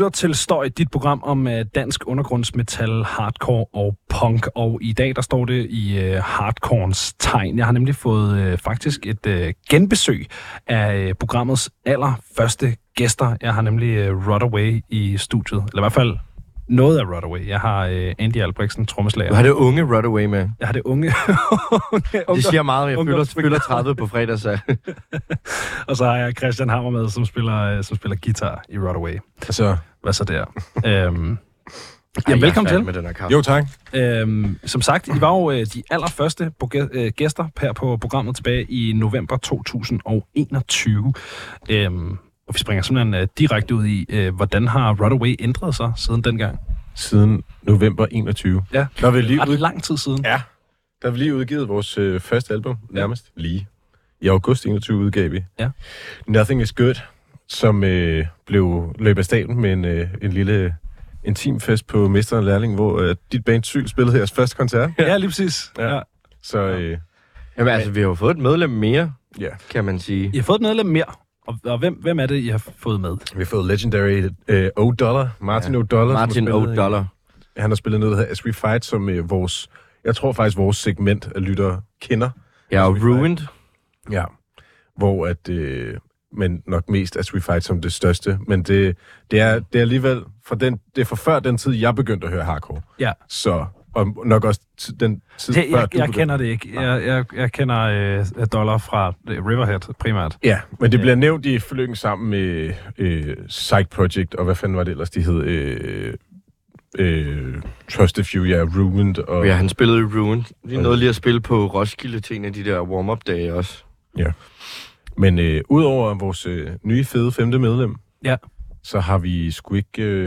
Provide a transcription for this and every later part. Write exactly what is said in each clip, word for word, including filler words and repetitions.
lytter til Støj, dit program om uh, dansk undergrundsmetal, hardcore og punk. Og i dag, der står det i uh, hardcorens tegn. Jeg har nemlig fået uh, faktisk et uh, genbesøg af uh, programmets allerførste gæster. Jeg har nemlig uh, Rodaway i studiet. Eller i hvert fald noget af Rodaway. Jeg har uh, Andy Albrechtsen, trommeslager. Du har det unge Rodaway med. Jeg har det unge. unge det siger meget, jeg fylder, fylder tredive på fredag, så. Og så har jeg Christian Hammer med, som spiller, som spiller guitar i Rodaway. Så. Hvad så der? øhm, Jamen, velkommen til. Med den her jo, tak. Øhm, som sagt, I var jo øh, de allerførste gæster her på programmet tilbage i november to tusind og enogtyve. Øhm, og vi springer simpelthen øh, direkte ud i, øh, hvordan har Rodaway ændret sig siden dengang? Siden november enogtyve. Ja, der vi lige ret ud... lang tid siden. Ja, der har vi lige udgivet vores øh, første album, nærmest ja. lige. I august enogtyve udgav vi. Ja. Nothing is Good, som øh, blev løbet af staten med en, øh, en lille intimfest på Mester og Lærling, hvor øh, dit band Syl spillede jeres første koncert. Ja, lige præcis. Ja. Ja. Så, øh, Jamen altså, vi har jo fået et medlem mere, ja. kan man sige. I har fået et medlem mere. Og, og hvem, hvem er det, I har fået med? Vi har fået legendary øh, O-Dollar, Martin ja. O-Dollar. Martin O-Dollar. Han har spillet noget, der hedder As We Fight, som øh, vores, jeg tror faktisk, vores segment af lyttere kender. Ja, og Ruined. Fight. Ja, hvor at, øh, men nok mest As We Fight som det største. Men det, det, er, det er alligevel, fra den, det er fra før den tid, jeg begyndte at høre hardcore. Ja. Så, og nok også den tid det, før jeg, du jeg kender det ikke. Jeg, jeg, jeg kender øh, Dollar fra Riverhead primært. Ja, men det bliver nævnt i forløbet sammen med øh, Psych Project, og hvad fanden var det ellers, de hed? Øh, øh, Trust a Few, ja, Ruined. Og ja, han spillede i Ruined. Vi nåede lige at spille på Roskilde til en af de der warm-up-dage også. Ja. Men øh, udover vores øh, nye, fede femte medlem, ja. så har vi sgu ikke øh,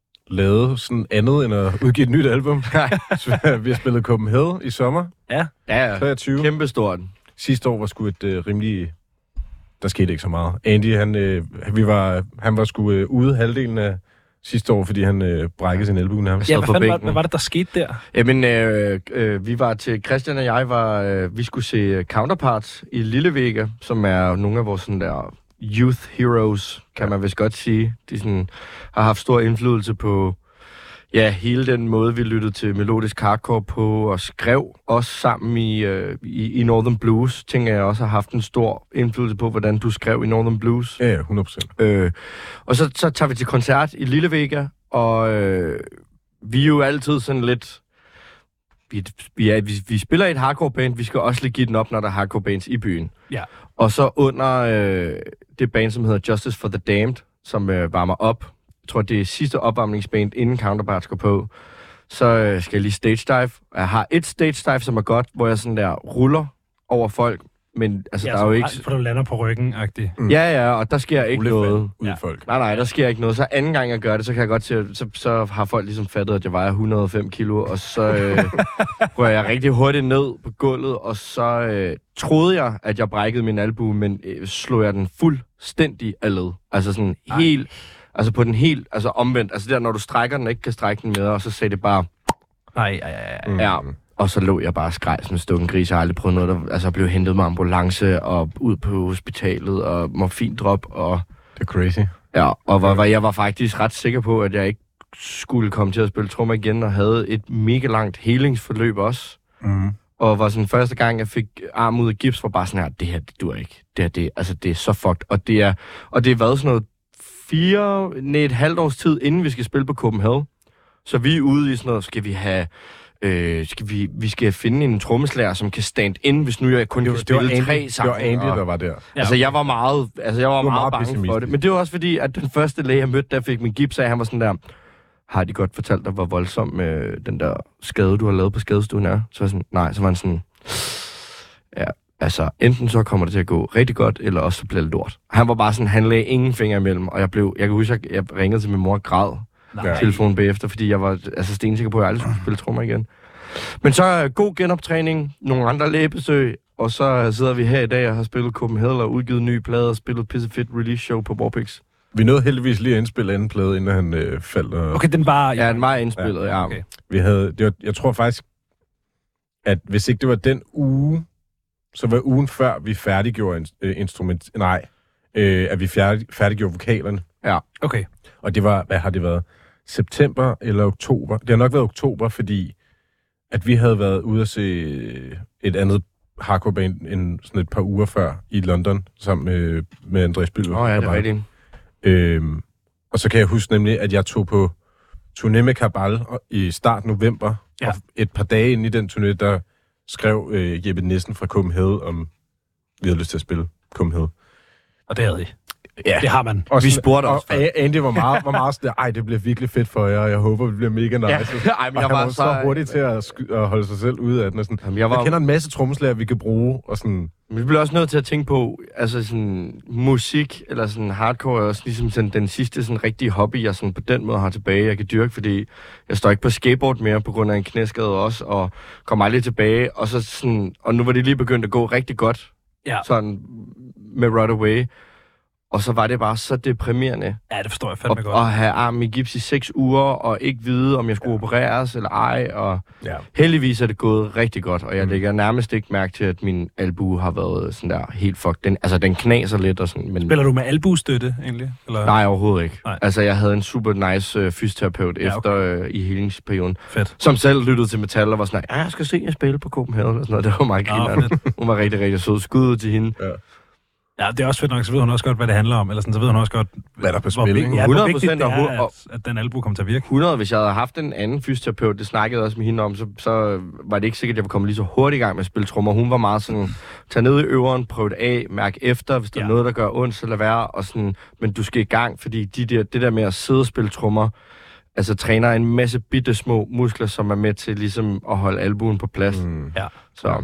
lavet sådan andet end at udgive et nyt album. Så, vi har spillet Copenhagen i sommer. Ja. Ja, treogtyve. Kæmpestort. Sidste år var sgu et øh, rimelig... Der skete ikke så meget. Andy, han, øh, vi var, han var sgu øh, ude halvdelen af sidste år, fordi han øh, brækkede sin albue nærmest. Ja, hvad fanden var, hvad var det, der skete der? Jamen, øh, øh, vi var til... Christian og jeg var... Øh, vi skulle se Counterparts i Lillevega, som er nogle af vores sådan der youth heroes, kan ja. man vist godt sige. De sådan, har haft stor indflydelse på... Ja, hele den måde, vi lyttede til melodisk hardcore på, og skrev også sammen i, øh, i, i Northern Blues, tænker jeg også har haft en stor indflydelse på, hvordan du skrev i Northern Blues. Ja, ja, hundrede procent. Øh, og så, så tager vi til koncert i Lillevega, og øh, vi er jo altid sådan lidt... Vi, vi, er, vi, vi spiller i et hardcore-band, vi skal også lige give den op, når der er hardcore-bands i byen. Ja. Og så under øh, det band, som hedder Justice for the Damned, som øh, varmer op, jeg tror, det er sidste opvarmningsband, inden Counterparts går på, så øh, skal jeg lige stage dive. Jeg har et stage dive, som er godt, hvor jeg sådan der ruller over folk, men altså, ja, der er jo ikke... For du lander på ryggen-agtigt. Mm. Ja, ja, og der sker ikke Ulefald noget. Ud ja. folk. Nej, nej, der sker ikke noget. Så anden gang, jeg gør det, så kan jeg godt se, så, så har folk ligesom fattet, at jeg vejer et hundrede og fem kilo, og så øh, rører jeg rigtig hurtigt ned på gulvet, og så øh, troede jeg, at jeg brækkede min albue, men øh, slog jeg den fuldstændig af led. Altså sådan Ej. helt... Altså på den helt, altså omvendt, altså der, når du strækker den, ikke kan strække den med, og så sagde det bare... Nej, ja, ja, ja. Ja, og så lå jeg bare og skreg som en stukken gris. Jeg har aldrig prøvet noget, der altså blev hentet med ambulance og ud på hospitalet og morfindrop og... Det er crazy. Ja, og var, var, jeg var faktisk ret sikker på, at jeg ikke skulle komme til at spille trommer igen, og havde et mega langt helingsforløb også. Mm. Og var sådan første gang, jeg fik arm ud af gips, var bare sådan her, det her, det dur ikke. Det her, det, altså det er så fucked. Og det er, og det har været sådan noget fire, nej, et halvt års tid, inden vi skal spille på Copenhagen. Så vi er ude i sådan noget, skal vi have, øh, skal vi, vi skal finde en trommeslager, som kan stand in, hvis nu jeg kun det kan spille Andy, tre sange. Det var Andy, der var der. Ja. Altså, jeg var meget, altså, jeg var, var meget, meget bange for det. Men det var også fordi, at den første læge, jeg mødte, der fik min gips af, han var sådan der, har de godt fortalt dig, hvor voldsom med den der skade, du har lavet på skadestuen er? Så var jeg sådan, nej, så var han sådan, ja, altså, enten så kommer det til at gå rigtig godt, eller også så bliver det lort. Han var bare sådan, han lagde ingen fingre imellem, og jeg blev, jeg kan huske, at jeg ringede til min mor og græd telefonen bagefter, fordi jeg var altså stensikker på, at jeg aldrig skulle spille trommer igen. Men så god genoptræning, nogle andre lægebesøg, og så sidder vi her i dag og har spillet Copenhagen og udgivet nye plader og spillet pissefedt release show på Warpix. Vi nåede heldigvis lige at indspille anden plade, inden han øh, faldt. Og... Okay, den var... Ja, den var indspillet, ja. Okay. Vi havde, det var, jeg tror faktisk, at hvis ikke det var den uge, så var ugen før, vi færdiggjorde in, øh, instrument... Nej, øh, at vi færdig, færdiggjorde vokalerne. Ja. Okay. Og det var, hvad har det været? September eller oktober? Det har nok været oktober, fordi at vi havde været ude at se et andet hardcore-band en, sådan et par uger før i London, sammen med, med Andreas Bylder. Åh oh, ja, det er rigtigt. Øhm, og så kan jeg huske nemlig, at jeg tog på turné med Cabal i start november, ja. Og et par dage inde i den turné, der skrev øh, Jeppe Nissen fra Copenhagen om, vi havde lyst til at spille Copenhagen. Og det havde I. Ja. Det har man. Og vi spurgte også. Og Andy var meget, var meget sådan, ej, det bliver virkelig fedt for jer, og jeg håber, det bliver mega nice. Ja. Ej, men og jeg han var var så, så hurtigt til at, sk- at holde sig selv ude af den. Og sådan, Jamen, jeg, var... jeg kender en masse trommeslager, vi kan bruge, og sådan... Men vi bliver også nødt til at tænke på, altså sådan musik, eller sådan hardcore, er også ligesom sådan den sidste sådan rigtige hobby, jeg sådan på den måde har tilbage, jeg kan dyrke, fordi jeg står ikke på skateboard mere, på grund af en knæskade også, og kommer aldrig tilbage, og så sådan, og nu var det lige begyndt at gå rigtig godt, ja. Sådan med Runaway. Og så var det bare så deprimerende. Ja, det forstår jeg fandme og, godt. At have armen i gips i seks uger, og ikke vide, om jeg skulle ja. opereres eller ej. Og ja. Heldigvis er det gået rigtig godt, og jeg mm. lægger nærmest ikke mærke til, at min albue har været sådan der helt fucked. Den, altså, den knaser lidt og sådan. Men... Spiller du med albuestøtte, egentlig? Eller? Nej, overhovedet ikke. Nej. Altså, jeg havde en super nice øh, fysioterapeut ja, okay. efter øh, i helingsperioden. Fedt. Som selv lyttede til metal og var sådan, ja, jeg skal se, jeg spille på Copenhagen. Og sådan noget. Det var meget grineren. Hun var rigtig, rigtig sød. Skud til hende. Ja. Ja, det er også fedt nok, så ved hun også godt, hvad det handler om. Eller sådan, så ved hun også godt, hvad der er på spil. Ja, hvor vigtigt det er, at, at den albue kommer til at virke. hundrede Hvis jeg havde haft en anden fysioterapeut, det snakkede jeg også med hende om, så, så var det ikke sikkert, at jeg ville komme lige så hurtigt i gang med at spille trommer. Hun var meget sådan, tag ned i øveren, prøv det af, mærk efter, hvis der ja. er noget, der gør ondt, så lad være. Og sådan, men du skal i gang, fordi de der, det der med at sidde og spille trommer, altså træner en masse bitte små muskler, som er med til ligesom at holde albuen på plads. Mm. Ja. Så...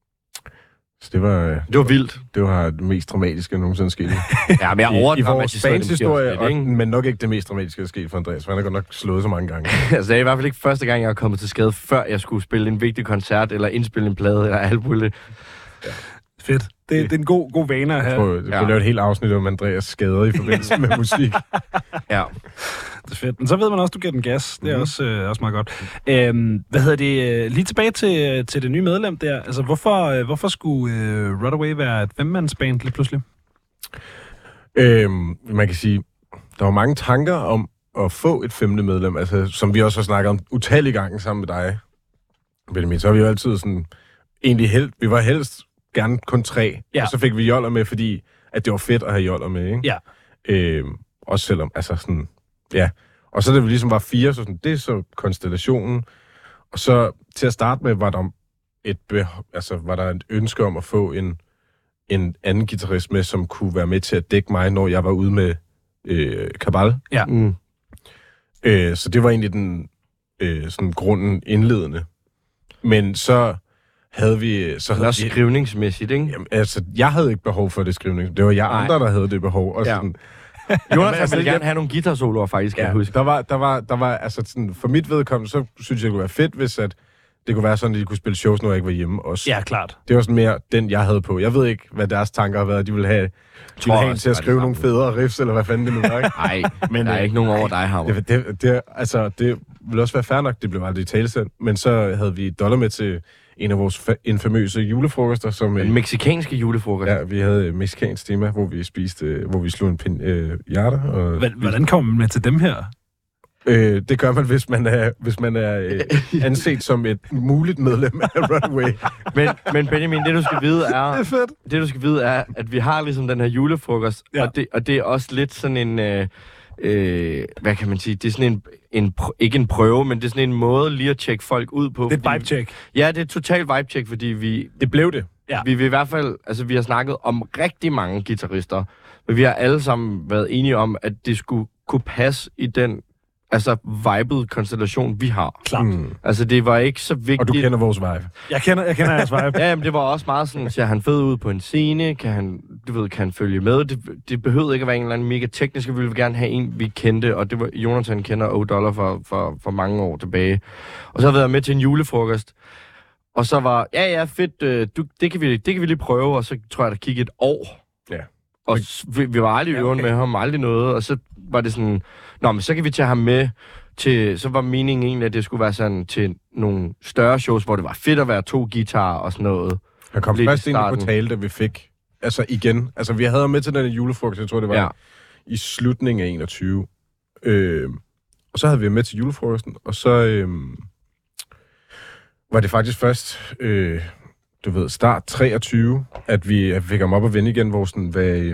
Så det var... Det var vildt. Det var det mest dramatiske, der nogensinde skete. Ja, men jeg I, i vores bandshistorie, og, men nok ikke det mest dramatiske, der skete for Andreas, for han har godt nok slået så mange gange. Altså, det er i hvert fald ikke første gang, jeg er kommet til skade, før jeg skulle spille en vigtig koncert, eller indspille en plade, eller alt muligt. Ja. Fedt. Det, det er en god, god vane at have. Jeg tror, det ja. kunne lave et helt afsnit om Andreas skader i forbindelse med musik. Ja. Det er fedt. Men så ved man også, at du giver den gas. Det er mm. også, øh, også meget godt. Øhm, hvad hedder det? Lige tilbage til, til det nye medlem der. Altså, hvorfor, øh, hvorfor skulle øh, Runaway være et femmandsband lige pludselig? Øhm, man kan sige, der var mange tanker om at få et femte medlem, altså, som vi også har snakket om utallige gange sammen med dig, Benjamin. Så har vi jo altid sådan, egentlig held, vi var helst gerne kun tre, ja. Og så fik vi joller med, fordi at det var fedt at have joller med, ikke? Ja. Øhm, også selvom, altså sådan, ja. Og så da vi ligesom var fire, så sådan, det er så konstellationen. Og så til at starte med, var der et, beho- altså, var der et ønske om at få en, en anden guitarist med, som kunne være med til at dække mig, når jeg var ude med øh, Cabal. Ja. Mm. Øh, så det var egentlig den øh, sådan grunden indledende. Men så havde vi... Så havde også vi, skrivningsmæssigt, ikke? Jamen, altså, jeg havde ikke behov for det skrivning. Det var jeg Nej. andre, der havde det behov. Og sådan, ja. Jonas, han ville gerne have nogle guitarsoloer, faktisk, kan ja, jeg huske. Der var, der var, der var, altså sådan, for mit vedkommende, så synes jeg, det kunne være fedt, hvis at det kunne være sådan, at de kunne spille shows, når jeg ikke var hjemme også. Ja, klart. Det var sådan mere den, jeg havde på. Jeg ved ikke, hvad deres tanker har været. De ville have, de ville have en til at skrive nogle federe riffs, eller hvad fanden det nu var, ikke? Nej, men der er ikke nogen over dig, Havre. Det, det, det, altså, det ville også være fair nok, det blev aldrig talesendt. Men så havde vi dollar med til en af vores infamøse julefrokoster. Som, en mexikanske julefrokost. Ja, vi havde mexikansk tema, hvor vi spiste, hvor vi slog en pind øh, hjerter. Og hvordan kom man med til dem her? Øh, det gør man, hvis man er, hvis man er øh, anset som et muligt medlem af Runaway. men, men Benjamin, det du skal vide er, det er fedt. Det du skal vide er, at vi har ligesom den her julefrokost, ja. og, det, og det er også lidt sådan en, øh, øh, hvad kan man sige, det er sådan en, en, ikke en prøve, men det er sådan en måde lige at tjekke folk ud på. Det er et vibe-check. Ja, det er et totalt vibe-check, fordi vi... Det blev det. Ja. Vi vil i hvert fald, altså vi har snakket om rigtig mange guitarister, men vi har alle sammen været enige om, at det skulle kunne passe i den altså vibet konstellation, vi har. Klart. Mm. Altså, det var ikke så vigtigt. Og du kender vores vibe. Jeg kender, jeg kender jeres vibe. Ja, men det var også meget sådan, ser han fed ud på en scene? Kan han, du ved, kan han følge med? Det, det behøvede ikke at være en eller anden mega teknisk, vi ville gerne have en, vi kendte, og det var, Jonathan kender O-Dollar for, for, for mange år tilbage. Og så har vi været med til en julefrokost, og så var, ja, ja, fedt, øh, du, det, kan vi, det kan vi lige prøve, og så tror jeg, der gik et år. Ja. Og vi, vi var aldrig i øven ja, okay. med ham, aldrig noget, og så var det sådan, nå, men så kan vi tage ham med til, så var meningen egentlig, at det skulle være sådan til nogle større shows, hvor det var fedt at være to guitarer og sådan noget. Han kom først ind på tale, da vi fik, altså igen, altså vi havde med til den julefrokost, jeg tror det var ja. i slutningen af enogtyve. Øh, og så havde vi ham med til julefrokosten, og så øh, var det faktisk først, øh, du ved, start treogtyve, at vi fik ham op og vende igen, hvor sådan, hvad, øh,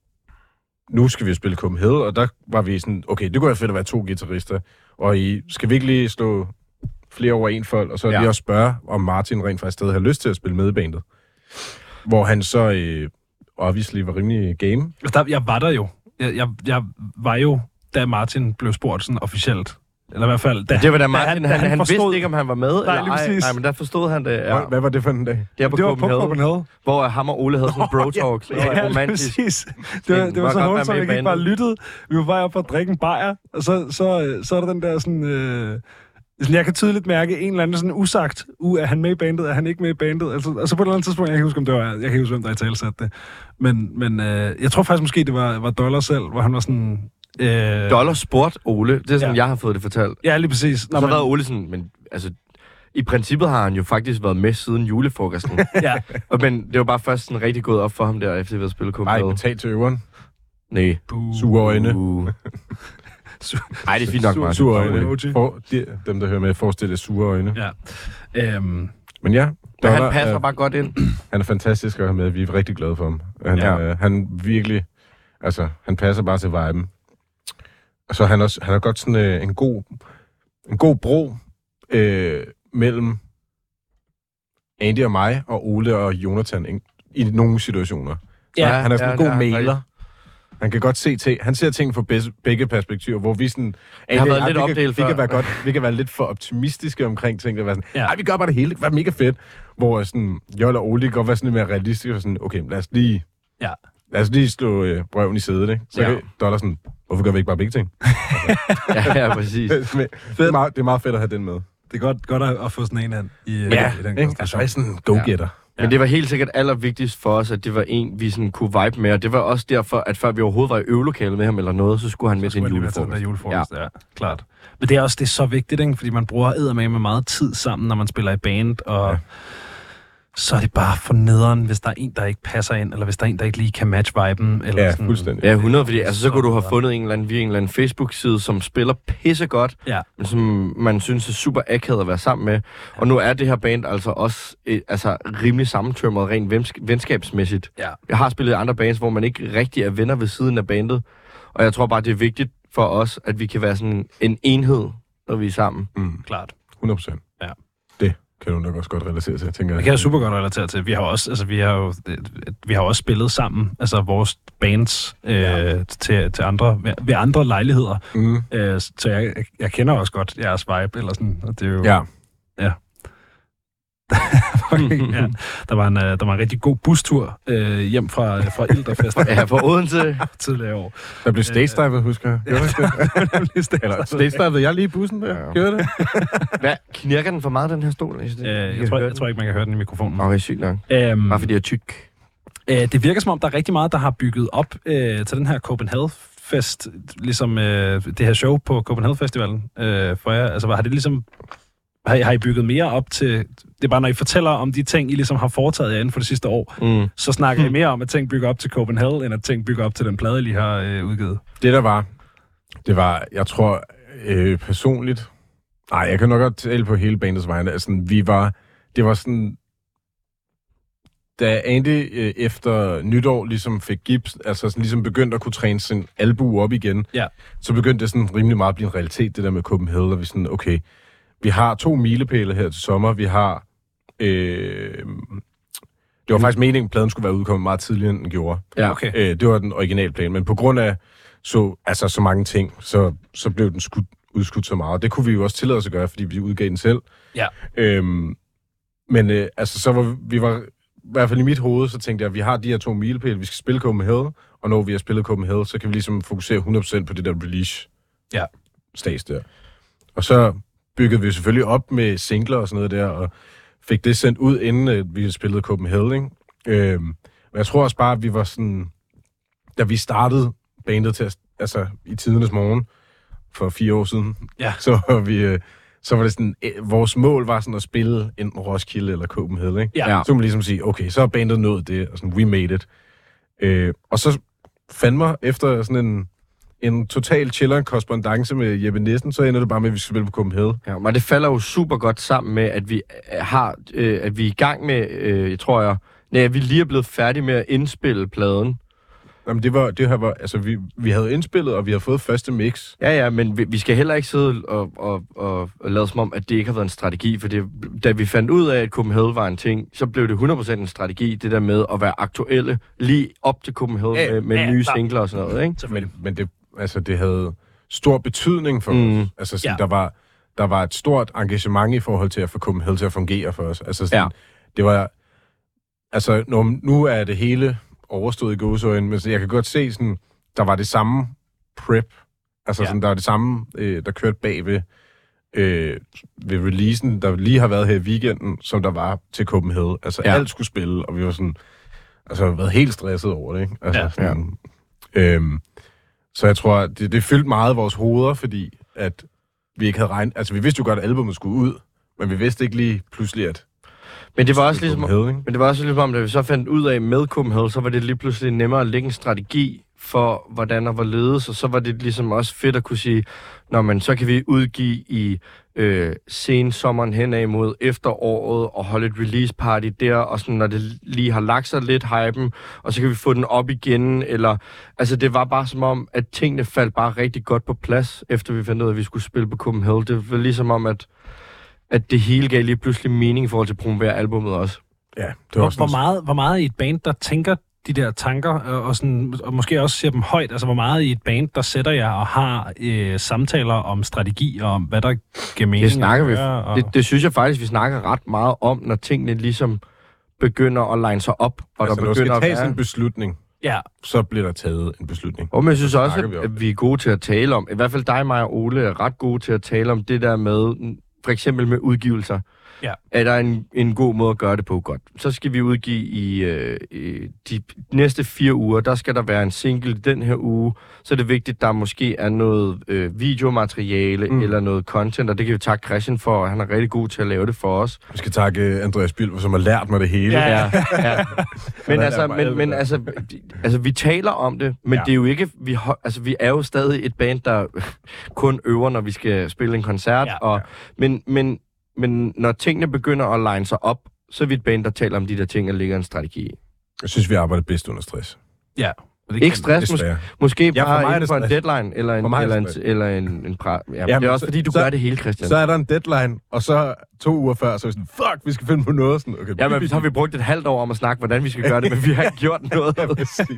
nu skal vi spille Copenhagen, og der var vi sådan, okay, det kunne være fedt at være to guitarister, og I skal vi ikke lige slå flere over en folk, og så ja. lige også spørge, om Martin rent faktisk stadig har lyst til at spille med i bandet. Hvor han så øh, obviously var rimelig game. Der, jeg var der jo. Jeg, jeg, jeg var jo, da Martin blev spurgt sådan officielt. Eller i hvert fald... Da, det var da Martin, han, han, han, han forstod... vidste ikke, om han var med. Nej, eller ej, nej, men der forstod han det. Ja. Hvad var det for en dag? Det var på Copenhagen, hvor ham og Ole havde sådan en bro-talk. Ja, ja, ja præcis. Det var, det var så hårdt, som jeg ikke bare lyttede. Vi var bare oppe og drikke en bajer, og så, så, så er der den der sådan... Øh, sådan jeg kan tydeligt mærke en eller anden sådan usagt, uh, er han med i bandet, er han ikke med i bandet? Altså, altså på et eller andet tidspunkt, jeg kan huske, om det var, jeg kan ikke huske, hvem der i tale satte det. Men, men øh, jeg tror faktisk måske, det var, var Dollar selv, hvor han var sådan... Øh... Dollar spurgt Ole, det er sådan, ja. jeg har fået det fortalt. Ja, lige præcis. Nå, så har Ole sådan, men altså, i princippet har han jo faktisk været med siden julefrokosten. Ja. Og, men det var bare først sådan rigtig gået op for ham der, efter vi havde spillet Copenhagen. Nej, betalt til øveren. Nej. Sure øjne. Uh. Ej, det er fint nok, Martin. Sure øjne. For, de, dem, der hører med, forestiller sure øjne. Ja. Øhm. Men ja. Men han passer er, bare godt ind. Han er fantastisk at have med. Vi er rigtig glade for ham. Han, ja. øh, han virkelig... Altså, han passer bare til viben. Og så har han også... Han har godt sådan øh, en god... En god bro øh, mellem Andy og mig, og Ole og Jonathan ikke? I nogle situationer. Så ja, han er sådan ja, en god ja, mailer. Han kan godt se ting. Han ser ting fra begge perspektiver, hvor vi sådan... Jeg har været lidt opdelt vi, vi, kan være godt, vi kan være lidt for optimistiske omkring ting. Det være sådan, ja. Ej, vi gør bare det hele. Det kan være mega fedt. Hvor sådan, Joel og Ole kan godt være sådan lidt mere realistiske. Og sådan, okay, lad os lige... Ja. Lad os lige slå øh, røven i sædet, ikke? Så ja. kan Dollar sådan, hvorfor gør vi ikke bare begge ting? Altså. ja, ja, præcis. det, er meget, det er meget fedt at have den med. Det er godt, godt at, at få sådan en af i, ja, i den ikke? Altså, sådan en go-getter. Ja. Men det var helt sikkert allervigtigst for os, at det var en, vi sådan kunne vibe med, og det var også derfor, at før vi overhovedet var i øvelokalet med ham eller noget, så skulle han med så til en julefrokost. julefrokost. Ja. ja, klart. Men det er også det er så vigtigt, ikke? Fordi man bruger eddermame med meget tid sammen, når man spiller i band, og ja. så er det bare for nederen, hvis der er en, der ikke passer ind, eller hvis der er en, der ikke lige kan match viben. Eller ja, sådan. fuldstændig. Ja, hundrede, fordi altså, så kunne du have fundet en eller anden, via en eller anden Facebook-side, som spiller pissegodt, ja. men som man synes er super akavet at være sammen med. Ja. Og nu er det her band altså også eh, altså, rimelig sammentømret rent venskabsmæssigt. Ja. Jeg har spillet i andre bands, hvor man ikke rigtig er venner ved siden af bandet, og jeg tror bare, det er vigtigt for os, at vi kan være sådan en enhed, når vi er sammen. Mm. Klart. hundrede procent. Ja. Det kan du nok også godt relatere til, tænker jeg. Det kan jeg super godt relatere til. Vi har også, altså, vi har jo, vi har også spillet sammen, altså vores bands øh, ja. til, til andre, ved andre lejligheder. Mm. Øh, så jeg, jeg kender også godt jeres vibe, eller sådan, og det er jo... Ja. Ja. okay, ja. Der var en, der var en rigtig god bustur øh, hjem fra, fra Ilderfest. ja, fra Odense. Tidligere år. Der blev stage-dived, husker jeg. Gjorde det? Eller stage-dived jeg lige i bussen der. Ja. Gjorde det? Hvad? Knirker den for meget, den her stol? Jeg, øh, jeg, jeg, tror, jeg tror ikke, man kan høre den i mikrofonen. Okay, sygt nok. Øhm, Bare fordi jeg er tyk. Øh, det virker som om, der er rigtig meget, der har bygget op øh, til den her Copenhagen Fest, ligesom øh, det her show på Copenhagen Festivalen øh, for jer. Altså, har det ligesom... Har I, har I bygget mere op til... Det er bare, når I fortæller om de ting, I ligesom har foretaget jer inden for det sidste år, mm. så snakker mm. I mere om, at ting bygger op til Copenhagen, end at ting bygger op til den plade, I har øh, udgivet. Det der var, det var, jeg tror øh, personligt... Nej, jeg kan nok godt tale på hele bandets vegne. Altså, vi var... Det var sådan... Da Andy øh, efter nytår ligesom fik gips, altså sådan ligesom begyndte at kunne træne sin albue op igen, ja. så begyndte det sådan rimelig meget at blive en realitet, det der med Copenhagen, og vi sådan, okay... Vi har to milepæle her til sommer. Vi har... Øh, det var faktisk meningen, at pladen skulle være udkommet meget tidligere, end den gjorde. Ja, okay. Øh, det var den originale plan. Men på grund af så, altså, så mange ting, så, så blev den skudt, udskudt så meget. Det kunne vi jo også tillade os at gøre, fordi vi udgav den selv. Ja. Øhm, men øh, altså, så var vi var... I hvert fald i mit hoved, så tænkte jeg, at vi har de her to milepæle. Vi skal spille Copenhagen, og når vi har spillet Copenhagen, så kan vi ligesom fokusere hundrede procent på det der release. Ja. Stage der. Og så... byggede vi selvfølgelig op med singler og sådan noget der, og fik det sendt ud, inden øh, vi spillede Copenhagen, ikke? Øhm, men jeg tror også bare, at vi var sådan... Da vi startede bandet til at, altså, i tidernes morgen, for fire år siden, ja. så, var vi, øh, så var det sådan... Øh, vores mål var sådan at spille enten Roskilde eller Copenhagen, ikke? Ja. Så kunne man ligesom sige, okay, så har bandet nået det, og sådan, we made it. Øh, og så fandt mig efter sådan en... en total chiller korrespondance med Jeppe Nissen, så ender det bare med, at vi skal spille på Copenhagen. Ja, men det falder jo super godt sammen med, at vi har, øh, at vi er i gang med, øh, jeg tror jeg, nej, at vi lige er blevet færdige med at indspille pladen. Jamen, det var, det her var, altså, vi, vi havde indspillet, og vi havde fået første mix. Ja, ja, men vi, vi skal heller ikke sidde og, og, og, og lade som om, at det ikke har været en strategi, for det, da vi fandt ud af, at Copenhagen var en ting, så blev det hundrede procent en strategi, det der med at være aktuelle lige op til Copenhagen ja, med, med ja, nye klar. Singler og sådan noget, ikke? Men, men det, altså, det havde stor betydning for mm. os. Altså, sådan, ja. der, var, der var et stort engagement i forhold til at få Copenhagen til at fungere for os. Altså, sådan, ja. det var... Altså, nu, nu er det hele... overstået i gåseøjne, men jeg kan godt se, sådan, der var det samme prep, altså ja. sådan, der var det samme, øh, der kørte bagved øh, ved releasen, der lige har været her i weekenden, som der var til Copenhagen. Altså ja. alt skulle spille, og vi var sådan, altså været helt stresset over det, ikke? Altså, ja. sådan, ja. øhm, så jeg tror, det, det fyldte meget vores hoveder, fordi at vi ikke havde regnet, altså vi vidste jo godt, at albumet skulle ud, men vi vidste ikke lige pludselig, at Men det var også ligesom, men det var også ligesom, da vi så fandt ud af med Copenhagen, så var det lige pludselig nemmere at lægge en strategi for, hvordan og hvorledes, og så var det ligesom også fedt at kunne sige, når man så kan vi udgive i øh, sensommeren henad mod efteråret og holde et release party der, og sådan, når det lige har lagt sig lidt hypen, og så kan vi få den op igen, eller, altså det var bare som om, at tingene faldt bare rigtig godt på plads, efter vi fandt ud af, at vi skulle spille på Copenhagen. Det var ligesom om, at at det hele gav lige pludselig mening i forhold til at promovere albumet også. Ja, det var hvor, hvor, meget, hvor meget i et band, der tænker de der tanker, og, sådan, og måske også siger dem højt, altså hvor meget i et band, der sætter jer og har øh, samtaler om strategi, og om hvad der giver mening. Det snakker vi, og... det, det synes jeg faktisk, vi snakker ret meget om, når tingene ligesom begynder at line sig op, og altså, der begynder at tage være... en beslutning. Ja. Så bliver der taget en beslutning. Og men jeg synes også, at, at vi er gode til at tale om, i hvert fald dig, mig og Ole, er ret gode til at tale om det der med... For eksempel med udgivelser, ja. er der en, en god måde at gøre det på godt. Så skal vi udgive i øh, de næste fire uger, der skal der være en single den her uge, så er det vigtigt, at der måske er noget øh, videomateriale mm. eller noget content, og det kan vi takke Christian for, og han er rigtig god til at lave det for os. Vi skal takke Andreas Bilber, som har lært mig det hele. Ja, ja. ja. Men, altså, men, men altså, altså, vi taler om det, men ja. det er jo ikke, vi, altså, vi er jo stadig et band, der kun øver, når vi skal spille en koncert, ja, og, ja. Men, men Men når tingene begynder at line sig op, så er vi et band, der taler om de der ting, og ligger en strategi i. Jeg synes, vi arbejder bedst under stress. Ja. Ikke stress, mås- måske ja, bare inden for, for en deadline, eller en, eller en, eller en, en pra- ja, ja, det er også, så, fordi du så, gør det hele, Christian. Så er der en deadline, og så to uger før, så er vi sådan, fuck, vi skal finde på noget. Sådan, okay, ja, men så har vi brugt et halvt år om at snakke, hvordan vi skal gøre det, men vi har ikke gjort noget. det, det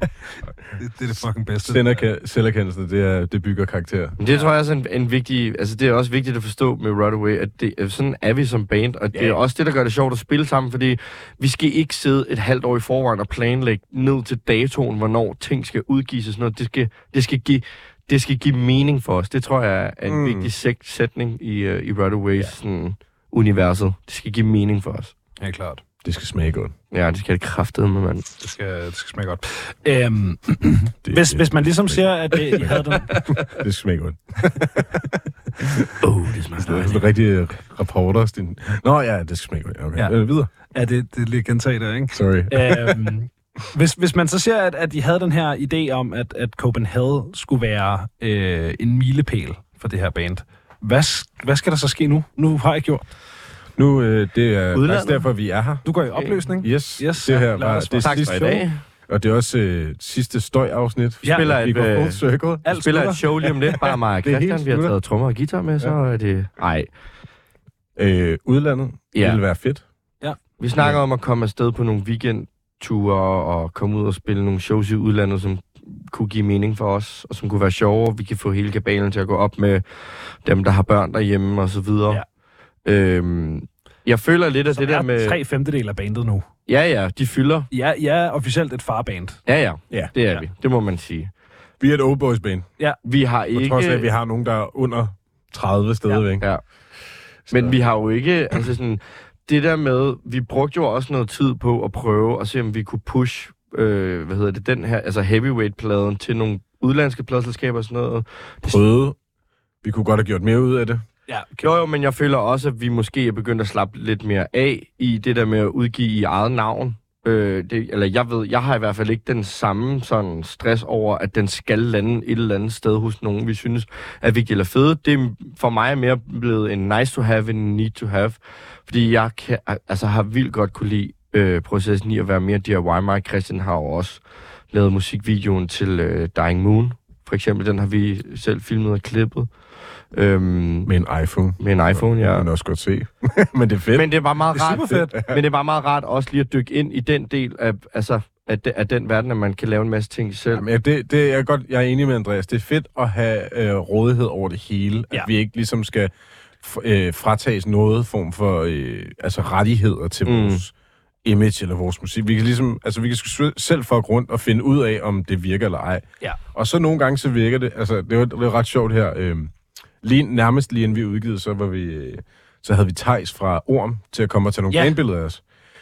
er det fucking bedste. Selverkendelsen, det, er, det bygger karakter. Men det tror jeg også er en, en vigtig, altså det er også vigtigt at forstå med Rodaway, at det, sådan er vi som band, og det er også det, der gør det sjovt at spille sammen, fordi vi skal ikke sidde et halvt år i forvejen og planlægge ned til datoen, hvornår ting skal udgives og sådan noget. Det skal, det skal give... Det skal give mening for os. Det tror jeg er en mm. vigtig sætning i, uh, i Rudaways ja. sådan, universet. Det skal give mening for os. Ja, klart. Det skal smage godt. Ja, det skal det kraftedeme, med, mand. Det skal, det skal smage godt. Øhm, det, hvis, det, hvis man ligesom siger, at det, I havde den... det skal smage godt. Åh, oh, det smager godt. Det er en rigtig reporter. Din... Nå ja, det skal smage godt. Okay. Ja. Øh, videre. Ja, det, det er lige gentage der, ikke? Sorry. Øhm, Hvis, hvis man så siger, at, at I havde den her idé om, at, at Copenhagen skulle være øh, en milepæl for det her band, hvad, hvad skal der så ske nu? Nu har jeg gjort. Nu, øh, det er Udlandet. Faktisk derfor, vi er her. Du går i opløsning? Yes, yes det her var det sidste show. Og det er også øh, sidste støjafsnit. Vi ja. spiller, et, øh, full circle. vi spiller et show lige om lidt, bare mig og Christian. Vi har taget trommer og guitar med, så er det... Ej. Øh, udlandet ja. ville være fedt. Ja. Vi snakker ja. om at komme afsted på nogle weekend ture og komme ud og spille nogle shows i udlandet, som kunne give mening for os, og som kunne være sjove, og vi kan få hele kabalen til at gå op med dem, der har børn derhjemme, og så videre. Ja. Øhm, jeg føler lidt af som det der med... tre femtedel af bandet nu. Ja, ja, de fylder. Ja, jeg er officielt et farband. Ja, ja, ja, det er ja. vi. Det må man sige. Vi er et old boys band. Ja. Vi har ikke... På trods af, at vi har nogen, der er under tredive stadigvæk. Ja. ja. Men vi har jo ikke... Altså sådan... Det der med, vi brugte jo også noget tid på at prøve at se, om vi kunne push, øh, hvad hedder det, den her, altså heavyweight-pladen til nogle udlandske pladselskaber og sådan noget. Prøvede. Vi kunne godt have gjort mere ud af det. Ja, jo, jo, men jeg føler også, at vi måske er begyndt at slappe lidt mere af i det der med at udgive i eget navn. Øh, det, eller jeg ved, jeg har i hvert fald ikke den samme sådan stress over, at den skal lande et eller andet sted hos nogen, vi synes er vigtigt eller fedt. Det er for mig mere blevet en nice to have end en need to have. Fordi jeg kan, altså, har vildt godt kunne lide øh, processen i at være mere D I Y. Mig Christian har jo også lavet musikvideoen til øh, Dying Moon. For eksempel, den har vi selv filmet og klippet. Øhm, med en iPhone. Med en iPhone, ja. Det kan man også godt se. Men det er fedt. Men det er bare meget det er rart. fedt. Men det er bare meget rart også lige at dykke ind i den del af, altså, af, de, af den verden, at man kan lave en masse ting selv. Jamen, det, det er godt, jeg er enig med Andreas. Det er fedt at have øh, rådighed over det hele. Ja. At vi ikke ligesom skal øh, fratages noget form for øh, altså rettigheder til mm. vores image eller vores musik. Vi kan ligesom, altså vi kan selv få rundt og finde ud af, om det virker eller ej. Ja. Og så nogle gange, så virker det, altså det var, det var ret sjovt her, øh, lige, nærmest lige inden vi udgivet, så var vi, øh, så havde vi Theis fra Orm til at komme og tage nogle ja. bandbilleder af os.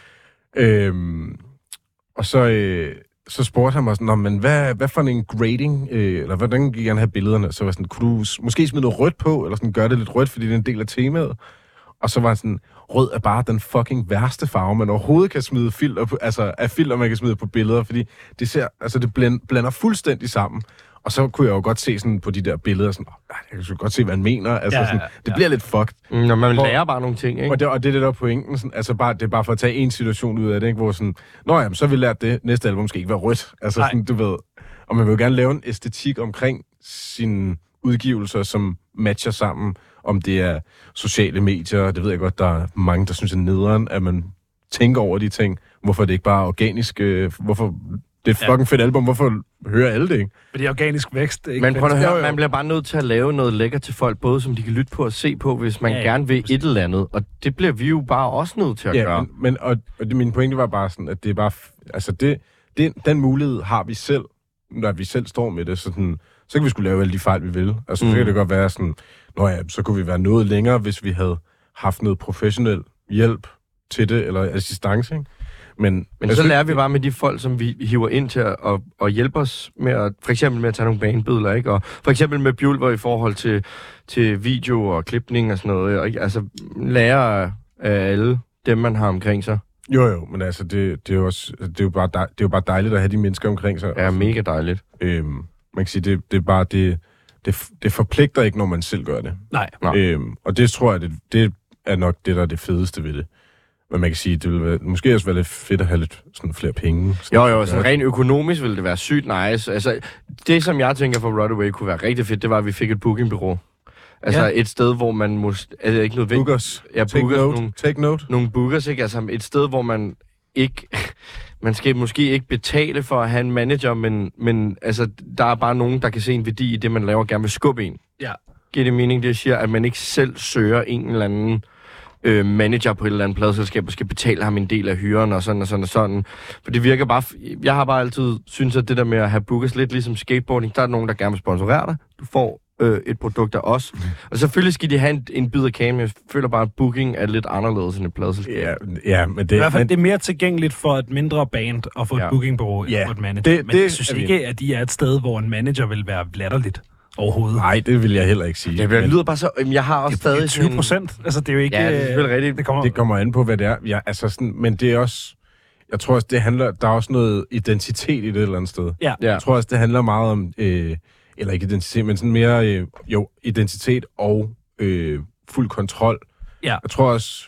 Øhm, og så, øh, så spurgte han mig sådan, Nå, men hvad, hvad for en grading, øh, eller hvordan gik han have billederne? Så var sådan, kunne du måske smide noget rødt på, eller sådan gøre det lidt rødt, fordi det er en del af temaet? Og så var han sådan, rød er bare den fucking værste farve, man overhovedet kan smide filter på, altså af filter, man kan smide på billeder, fordi det ser, altså det blander fuldstændig sammen. Og så kunne jeg jo godt se sådan på de der billeder, sådan, oh, jeg kan godt se, hvad han mener. Altså, ja, sådan, det ja. bliver lidt fucked. Mm, når man hvor, lærer bare nogle ting, ikke? Og det, og det er det der pointen. Sådan, altså bare, det er bare for at tage en situation ud af det, ikke? Hvor sådan, nå ja, så har vi lært det. Næste album skal ikke være rødt. Altså sådan, du ved. Og man vil jo gerne lave en æstetik omkring sine udgivelser, som matcher sammen. Om det er sociale medier, det ved jeg godt, der er mange, der synes er nederen, at man tænker over de ting. Hvorfor det ikke bare er organisk? Øh, hvorfor... Det er et fucking ja. fedt album. Hvorfor hører alle det, ikke? Men det er organisk vækst. Ikke? Men prøv at høre, man bliver bare nødt til at lave noget lækker til folk, både som de kan lytte på og se på, hvis man ja, ja. gerne vil et eller andet. Og det bliver vi jo bare også nødt til at ja, gøre. Men, men og, og det, min pointe var bare sådan, at det er bare... Altså, det, det, den mulighed har vi selv, når vi selv står med det. Sådan, så kan vi skulle lave alle de fejl, vi vil. Altså, mm. så kan det godt være sådan... Nå ja, så kunne vi være noget længere, hvis vi havde haft noget professionel hjælp til det, eller assistance, ikke? Men, Men så synes, lærer vi bare med de folk, som vi hiver ind til at, at, at hjælpe os med at, for eksempel med at tage nogle banebilleder, ikke? Og for eksempel med Bjulver i forhold til, til video og klipning og sådan noget, ikke? Altså lære af alle dem, man har omkring sig. Jo jo, men altså, det, det, er, jo også, det, er, jo bare dej, det er jo bare dejligt at have de mennesker omkring sig. Ja, mega dejligt. Øhm, man kan sige, det, det er bare, det, det, det forpligter ikke, når man selv gør det. Nej. Øhm, og det tror jeg, det, det er nok det, der er det fedeste ved det. Men man kan sige, det ville være, måske også være lidt fedt at have lidt sådan flere penge. Jo, jo, sådan rent økonomisk ville det være sygt nice. Altså, det som jeg tænker for Rodaway kunne være rigtig fedt, det var, at vi fik et bookingbureau. Altså ja. et sted, hvor man måske... Altså ikke nødvendigt... Bookers. Ja, Take bookers, note. nogle, Take note. Nogle bookers, ikke? Altså et sted, hvor man ikke... Man skal måske ikke betale for at have en manager, men, men altså, der er bare nogen, der kan se en værdi i det, man laver, og gerne vil skubbe en. Ja. Giver det mening, det siger, at man ikke selv søger en eller anden... Øh, manager på et eller andet pladeselskab og skal betale ham en del af hyren og sådan og sådan og sådan. For det virker bare... F- jeg har bare altid synes at det der med at have bookers lidt ligesom skateboarding, der er nogen, der gerne vil sponsorere dig. Du får øh, et produkt af os. Mm. Og selvfølgelig skal de have en, en bid af kagen, men jeg føler bare, at booking er lidt anderledes end et pladeselskab. Ja, ja, men det... I hvert fald, men... det er mere tilgængeligt for et mindre band at få ja. et bookingbureau ja. for et manager. Det, men det, jeg synes ikke, vi... at de er et sted, hvor en manager vil være latterligt. Overhovedet. Nej, det vil jeg heller ikke sige. Det, det lyder bare så... Jeg har også det, stadig... Det er tyve procent. En... Altså, det er jo ikke... Ja, det er selvfølgelig rigtigt. Det kommer, det kommer an på, hvad det er. Ja, altså sådan, men det er også... Jeg tror også, det handler... Der er også noget identitet i det et eller andet sted. Ja. Jeg tror også, det handler meget om... Øh, eller ikke identitet, men sådan mere... Øh, jo, identitet og øh, fuld kontrol. Ja. Jeg tror også...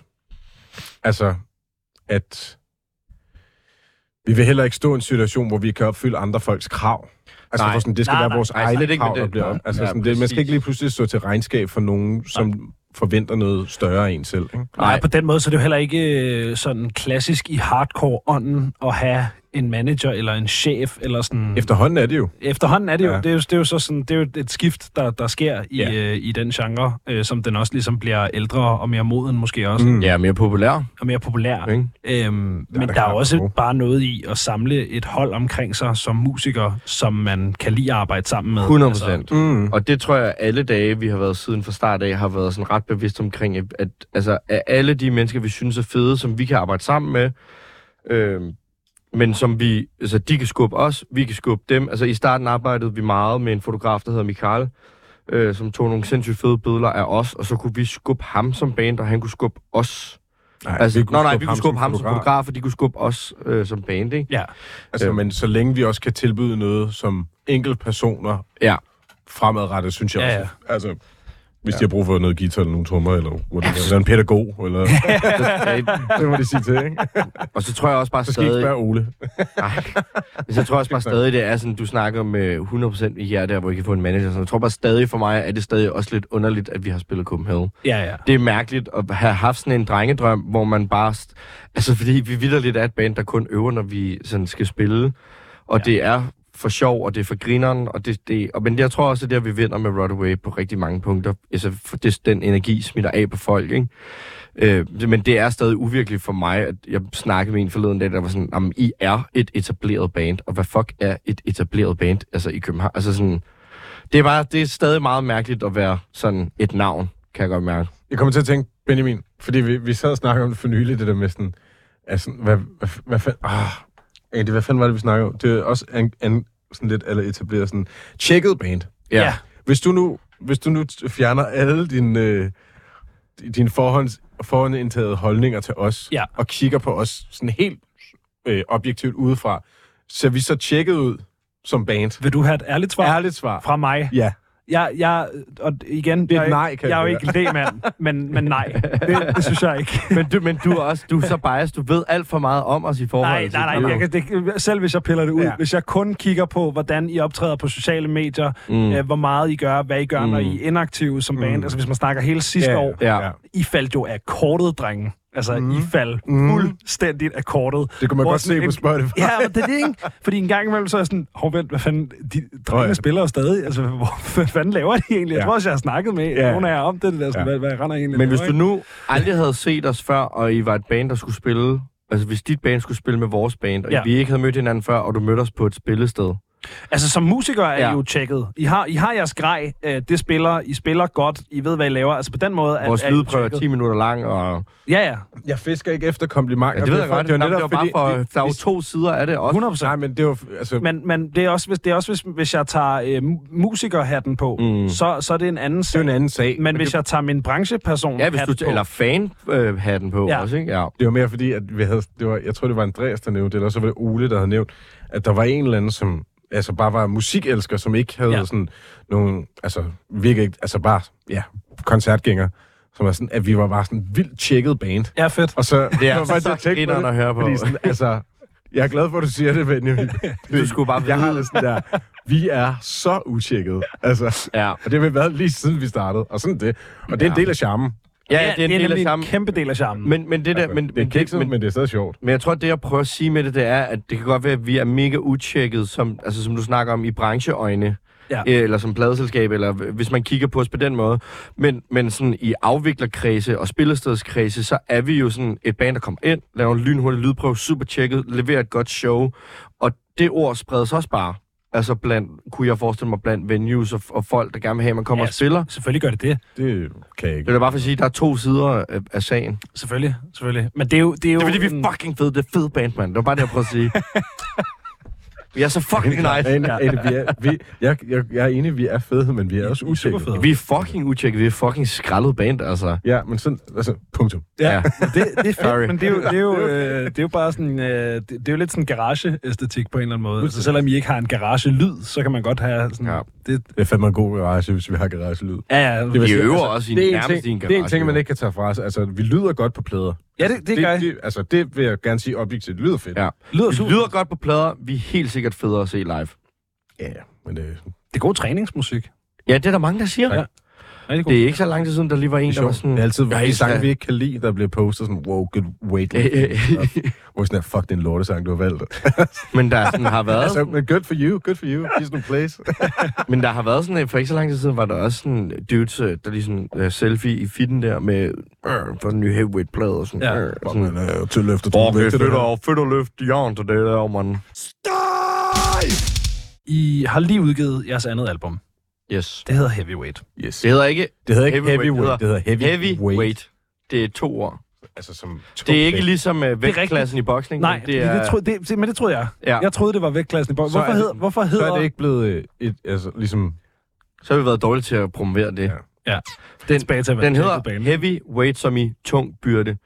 Altså, at... Vi vil heller ikke stå i en situation, hvor vi kan opfylde andre folks krav. Altså, for sådan, det skal nej, være nej, vores egne krav, der bliver op. Altså, ja, sådan, det, man skal ikke lige pludselig stå til regnskab for nogen, som nej. forventer noget større af en selv. Ikke? Nej, på den måde, så er det jo heller ikke sådan klassisk i hardcore-ånden at have en manager eller en chef eller sådan... Efterhånden er det jo. Efterhånden er det jo. Ja. Det, er jo det er jo så sådan, det er jo et skift, der, der sker i, ja. øh, i den genre, øh, som den også ligesom bliver ældre og mere moden måske også. Mm. Ja, mere populær. Og mere populær. Okay. Øhm, der men der er også gode. bare noget i at samle et hold omkring sig som musiker, som man kan lide at arbejde sammen med. hundrede procent. Altså, mm. Og det tror jeg, alle dage, vi har været siden fra start af, har været sådan ret bevidst omkring, at, at altså, at alle de mennesker, vi synes er fede, som vi kan arbejde sammen med, øh, men som vi, altså de kan skubbe os, vi kan skubbe dem. Altså i starten arbejdede vi meget med en fotograf, der hedder Michael, øh, som tog nogle sindssygt fede billeder af os, og så kunne vi skubbe ham som band, og han kunne skubbe os. Nej, altså, nå, nej, vi kunne skubbe ham som fotograf, og de kunne skubbe os øh, som band, ikke? Ja. Altså, øh. men så længe vi også kan tilbyde noget som enkeltpersoner ja. fremadrettet, synes jeg ja, også. Ja. Altså, hvis ja. de har brug for noget guitar eller nogle trommer, eller, eller en pædagog, eller... det må de sige til, ikke? Og så tror jeg også bare så stadig... Så skal ikke Ole. Nej. Så tror jeg også bare stadig, det er sådan, du snakker med hundrede procent i hjertet, der, hvor I kan få en manager. Så jeg tror bare stadig for mig, at det stadig også lidt underligt, at vi har spillet Copenhagen. Ja, ja. Det er mærkeligt at have haft sådan en drengedrøm, hvor man bare... Altså, fordi vi vitterligt er et band, der kun øver, når vi sådan skal spille. Og ja. det er... for sjov, og det er for grineren, og det, det og, men jeg tror også, at det at vi vinder med Rodaway på rigtig mange punkter, altså for det, den energi smitter af på folk, ikke? Øh, men det er stadig uvirkeligt for mig, at jeg snakkede med en forleden dag, der var sådan, jamen, I er et etableret band, og hvad fuck er et etableret band, altså i København? Altså sådan, det er bare, det er stadig meget mærkeligt at være sådan et navn, kan jeg godt mærke. Jeg kommer til at tænke, Benjamin, fordi vi, vi sad og snakkede om det for nylig, det der med sådan, altså, hvad, hvad, hvad fanden, ah, egentlig, hvad fanden var det, vi snakkede om? Det er også en, en sådan lidt eller etableret sådan tjekket band. Ja. ja. Hvis du nu, hvis du nu fjerner alle dine, øh, dine forhånds, forhåndindtagede holdninger til os, ja. og kigger på os sådan helt øh, objektivt udefra, ser vi så tjekket ud som band? Vil du have et ærligt svar? Ærligt svar. Fra mig? Ja. Jeg, jeg, og igen, det er jeg, nej, jeg er jo ikke lægmand, men, men nej, det, det synes jeg ikke. men, du, men du er også, du er så biased, du ved alt for meget om os i forhold nej, til... Nej, nej, jeg kan, det, selv hvis jeg piller det ud, ja. hvis jeg kun kigger på, hvordan I optræder på sociale medier, mm. øh, hvor meget I gør, hvad I gør, mm. når I er inaktive som band, mm. altså hvis man snakker hele sidste ja, år, ja. I faldt jo af kortet, drenge. Altså, mm. I faldt mm. fuldstændigt af kortet. Det kunne man godt se på Spotify. Ja, men det er det, ikke? Fordi en gang imellem så er jeg sådan, hov, vent, hvad fanden, de drengene oh, ja. spiller jo stadig. Altså, hvor, hvad fanden laver de egentlig? Jeg ja. tror også, jeg har snakket med ja. nogle af jer om det, det der, sådan, ja. hvad, hvad jeg render egentlig. Men laver, hvis du nu aldrig havde set os før, og I var et band, der skulle spille, altså hvis dit band skulle spille med vores band, og ja. vi ikke havde mødt hinanden før, og du mødte os på et spillested. Altså, som musikere er ja. I jo tjekket. I har, I har jeres grej, øh, det spiller, I spiller godt, I ved, hvad I laver. Altså, på den måde vores er lydprøve er ti minutter lang, og... Ja, ja. Jeg fisker ikke efter komplimenter. Ja, det ved jeg godt. Det, det, det var bare for... Der er jo to sider af det også. hundrede procent. Nej, men det var... Altså... Men, men det er også, hvis, det er også hvis, hvis jeg tager øh, musikerhatten på, mm. så, så er det en anden sag. Det er en anden sag. Men, men hvis det... jeg tager min brancheperson ja, hvis du på... Eller fan-hatten på ja. også, ikke? Ja. Det var mere fordi, at vi havde... Det var, jeg tror, det var Andreas, der nævnte det, eller så var det Ole, der havde nævnt, at der var en eller anden, som... altså bare var musikelsker, som ikke havde ja. sådan nogle, altså virkelig ikke, altså bare, ja, koncertgænger, som var sådan, at vi var bare sådan en vildt tjekket band. Ja, fedt. Og så, det er så grineren at høre på. Fordi sådan, altså, jeg er glad for, at du siger det, Benjamin. Du skulle bare jeg har det sådan der, vi er så utjekket, altså, ja. og det har vi været lige siden vi startede, og sådan det. Og det er en del af charmen. Ja, ja, det er en, det er del af charmen. En kæmpe del af charmen. Men, men det der, altså, men, det er kikset, men, men det er stadig sjovt. Men jeg tror, at det jeg prøver at sige med det, det er, at det kan godt være, at vi er mega utjekket, som, altså, som du snakker om i brancheøjne, ja. eller som pladeselskab, eller hvis man kigger på os på den måde. Men, men sådan i afviklerkredse og spillestedskredse, så er vi jo sådan et band, der kommer ind, laver en lynhurtig lydprøve, super tjekket, leverer et godt show, og det ord spredes også bare. Altså blandt, kunne jeg forestille mig, blandt venues og, og folk, der gerne vil have, at man kommer ja, og spiller. Selvfølgelig gør det det. Det kan jeg ikke. Det er bare for at sige, at der er to sider af, af sagen. Selvfølgelig, selvfølgelig. Men det er jo... Det er, jo det er fordi, vi er fucking fede. Det er fed band, mand. Det var bare det, jeg prøvede at sige. Vi er så fucking nice. Ja. Vi er, vi, jeg, jeg, jeg er enig, vi er fede, men vi er også utjekket. Vi er fucking utjekket. Vi er fucking skrællet band, altså. Ja, men sådan, altså, punktum. Ja, ja. Det, det er fedt, men det er jo, det er jo, øh, det er jo bare sådan, øh, det, det er jo lidt sådan garage-æstetik på en eller anden måde. Altså, selvom I ikke har en garage-lyd, så kan man godt have sådan... Ja. Det, det er fandme en god garage, hvis vi har garage-lyd. Ja, ja. Det vi øver altså, også i nærmest ting, i en garage. Det er en ting, man ikke kan tage fra os. Altså, vi lyder godt på plader. Ja, det, det gør jeg. Det, altså, det vil jeg gerne sige objektivt. Det lyder fedt. Ja. Lyder vi lyder godt på plader. Vi er helt sikkert federe at se live. Ja, men det... Det er god træningsmusik. Ja, det er der mange, der siger. Ja. Ja, det er ikke så lang tid siden, der lige var en, der var sådan... Det er altid de sange, vi ikke kan lide, der bliver postet sådan, wow, good wait. Hvor sådan, fuck, det er en lortesang, du har valgt. Men der sådan, har været... altså, men good for you, good for you. He's no place. Men der har været sådan, for ikke så lang tid siden, var der også sådan dudes, der lige sådan uh, selfie i fitten der med uh, for den nye heavyweight-plade og sådan... Ja, uh, sådan, sådan uh, til løftet. Åh, det er fedt og fedt at løfte jern til det der, man. Støj! I har lige udgivet jeres andet album. Yes. Det hedder Heavyweight. Yes. Det hedder ikke... Det hedder ikke Heavyweight, det hedder Heavyweight. Heavyweight. Det er to ord. Altså som to det er ikke ligesom uh, vægtklassen i boksning. Nej, det er... det tro, det, det, men det troede jeg. Ja. Jeg troede, det var vægtklassen i boksning. Hvorfor, hed, hvorfor hedder... Så er det ikke blevet et, altså ligesom... Så har vi været dårlige til at promovere det. Ja. ja. Den, den hedder Heavyweight, som i tung byrde.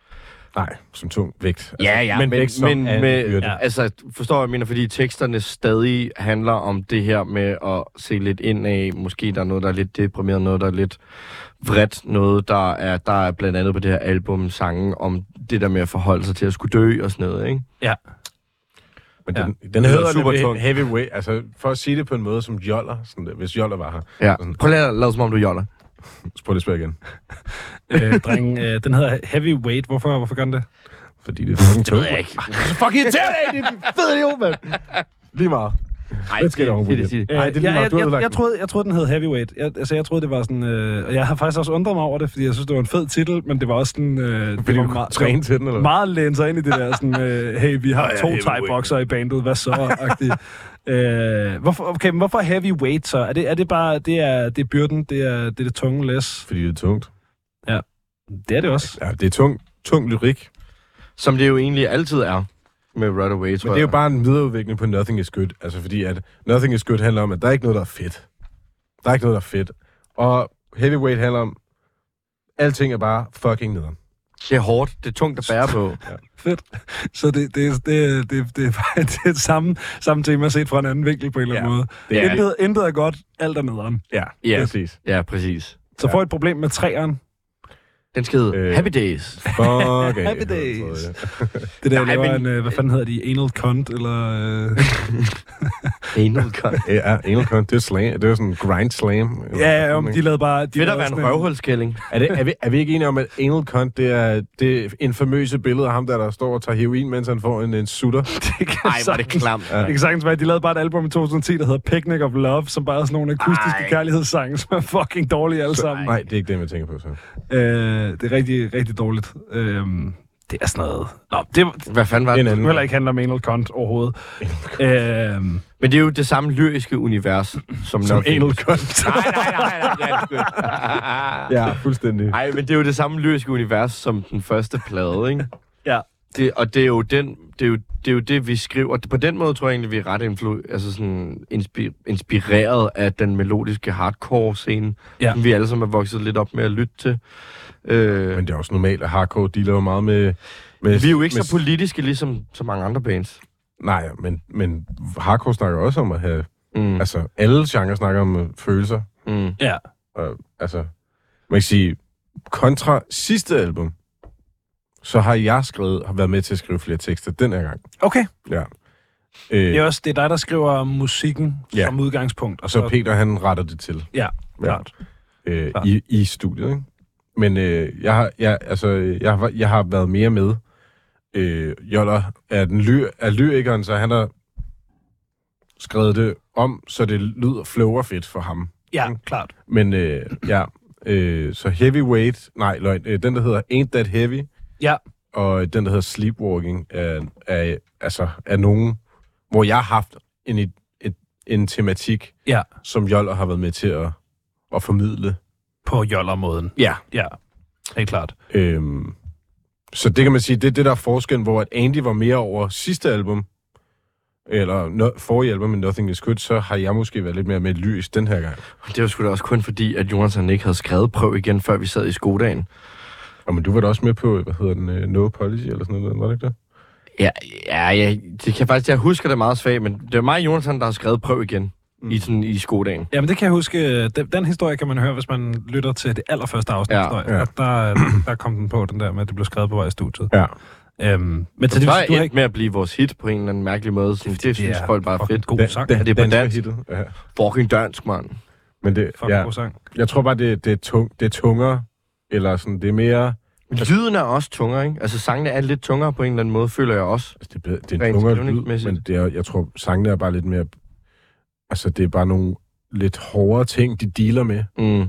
Nej, som tung vægt. Altså, ja, ja, men, vægt men med, ja. altså, forstår jeg, jeg mener, fordi teksterne stadig handler om det her med at se lidt ind af, måske der er noget, der er lidt deprimeret, noget, der er lidt vredt, noget, der er, der er blandt andet på det her album sange om det der med at forholde sig til at skulle dø og sådan noget, ikke? Ja. Men ja. den, den hedder super tung. Heavyweight, altså for at sige det på en måde som joller, sådan der, hvis joller var her. Ja, sådan. Prøv lige at lade som om du joller. Prøv lige at igen. øh, dreng, øh, den hedder Heavyweight. Hvorfor, hvorfor gør den det? Fordi det er fucking tung. Det ved jeg ikke. Fuck irriterende, det er fedt idiot, mand. Lige meget. Nej, det skal det, det, det. Nej, det er lige meget. Jeg, jeg, jeg, jeg, troede, jeg troede, den hed Heavyweight. Jeg, altså, jeg troede, det var sådan... Øh, og jeg har faktisk også undret mig over det, fordi jeg synes, det var en fed titel, men det var også sådan... Øh, fordi du kunne træne til den, eller? Meget læne sig ind i det der sådan... Øh, hey, vi har to thai-boxer i bandet, hvad så? øh, hvorfor, okay, men hvorfor Heavyweight så? Er det, er det bare... Det er, det er byrden, det er, det er det tunge læs? Fordi det er tungt. Ja, det er det også. Ja, det er tung, tung lyrik. Som det jo egentlig altid er. Med Runaway, tror Men det er jo bare en videreudvikling på Nothing is Good. Altså fordi, at Nothing is Good handler om, at der er ikke noget, der er fedt. Der er ikke noget, der er fedt. Og Heavyweight handler om, alting er bare fucking nederen. Det er hårdt. Det er tungt at bære på. Ja. Fedt. Så det, det, det, det, det, det, det er samme, samme tema set fra en anden vinkel på en eller anden ja. måde. Det er intet, intet er godt, alt er nederen. Ja, ja. præcis. Ja, præcis. Så ja. får et problem med træeren. Den skal hedde øh, Happy Days. Fuck, okay. Happy Days. Det der, Nej, det var men... en, uh, hvad fanden hedder de? Anal cunt, eller... Uh... Anal cunt? Ja, anal cunt, det er slam. Det er sådan en grind slam. Ja, ja, de lavede bare... De Vil der være en røvhulskælling? Er, det, er, vi, er vi ikke enige om, at anal cunt, det er det infamøse billede af ham, der, der står og tager heroin, mens han får en, en sutter? Nej, var det klamt. Ja. Det kan sagtens være, de lavede bare et album i to tusind og ti, der hedder Picnic of Love, som bare er sådan nogle akustiske Ej. kærlighedssange, som er fucking dårlige alle sammen. Nej, det er ikke det, jeg tænker på så. Øh, det er rigtig, rigtig dårligt. Øhm, det er sådan noget... Nå, det, Hvad fanden var det? Det kunne heller ikke handle om anal cunt overhovedet. øhm, Men det er jo det samme lyriske univers, som... Som anal cunt. nej, nej, nej, nej, nej. Ja, fuldstændig. Nej, men det er jo det samme lyriske univers, som den første plade, ikke? Ja. Det, og det er jo den... Det er jo, det er jo det, vi skriver. På den måde tror jeg egentlig, vi er ret influ- altså sådan inspi- inspireret af den melodiske hardcore-scene, ja. som vi alle sammen er vokset lidt op med at lytte til. Øh, Men det er også normalt, at hardcore dealer jo meget med... med vi er jo ikke med, så politiske, ligesom så mange andre bands. Nej, men, men hardcore snakker også om at have... Mm. Altså, alle genrer snakker om uh, følelser. Mm. Ja. Og, altså, man kan sige, kontra sidste album, så har jeg skrevet, har været med til at skrive flere tekster den her gang. Okay. Ja. Øh, det er også det er dig, der skriver musikken ja. som udgangspunkt. Og så, så Peter, han retter det til. Ja, klart. Ja. Øh, klart. I, I studiet, ikke? Men øh, jeg, har, jeg, altså, jeg, har, jeg har været mere med. Øh, Joller er, den ly, er lyrikeren, så han har skrevet det om, så det lyder flower fedt for ham. Ja, klart. Men øh, ja, øh, så Heavyweight, nej, løgn, øh, den der hedder Ain't That Heavy, ja. og den der hedder Sleepwalking, er, er, altså, er nogen, hvor jeg har haft en, et, et, en tematik, ja. som Joller har været med til at, at formidle. På Joller-måden. Ja. Ja, helt klart. Øhm, så det kan man sige, det er det der er forskellen, hvor at Andy var mere over sidste album, eller no, forrige album med Nothing is Good, så har jeg måske været lidt mere med lys den her gang. Det var sgu da også kun fordi, at Jonathan ikke havde skrevet prøv igen, før vi sad i skodagen. Og men du var da også med på, hvad hedder den, uh, No Apology eller sådan noget, var det ikke det? Ja, ja, ja, det kan faktisk, jeg husker det meget svagt, men det er mig og Jonathan, der har skrevet prøv igen. Mm. I, sådan, i skodagen. Jamen, det kan jeg huske. Den, den historie kan man høre, hvis man lytter til det allerførste afsnit. Ja, ja. Der, der kom den på, den der med, at det blev skrevet på vej i studiet. Ja. Øhm, men så det var ikke ikke med at blive vores hit på en eller anden mærkelig måde. Det, det, det synes folk bare er fedt. God sang. Da, da, det er på dansk. Ja. Fucking dansk, mand. Men det, ja, god sang. Jeg tror bare, det, det, er tung, det er tungere, eller sådan, det er mere... Lyden er også tungere, ikke? Altså, sangene er lidt tungere på en eller anden måde, føler jeg også. Altså, det, er, det er en tungere lyd, men det er, jeg tror, sangene er bare lidt mere... Altså, det er bare nogle lidt hårdere ting, de dealer med. Mm.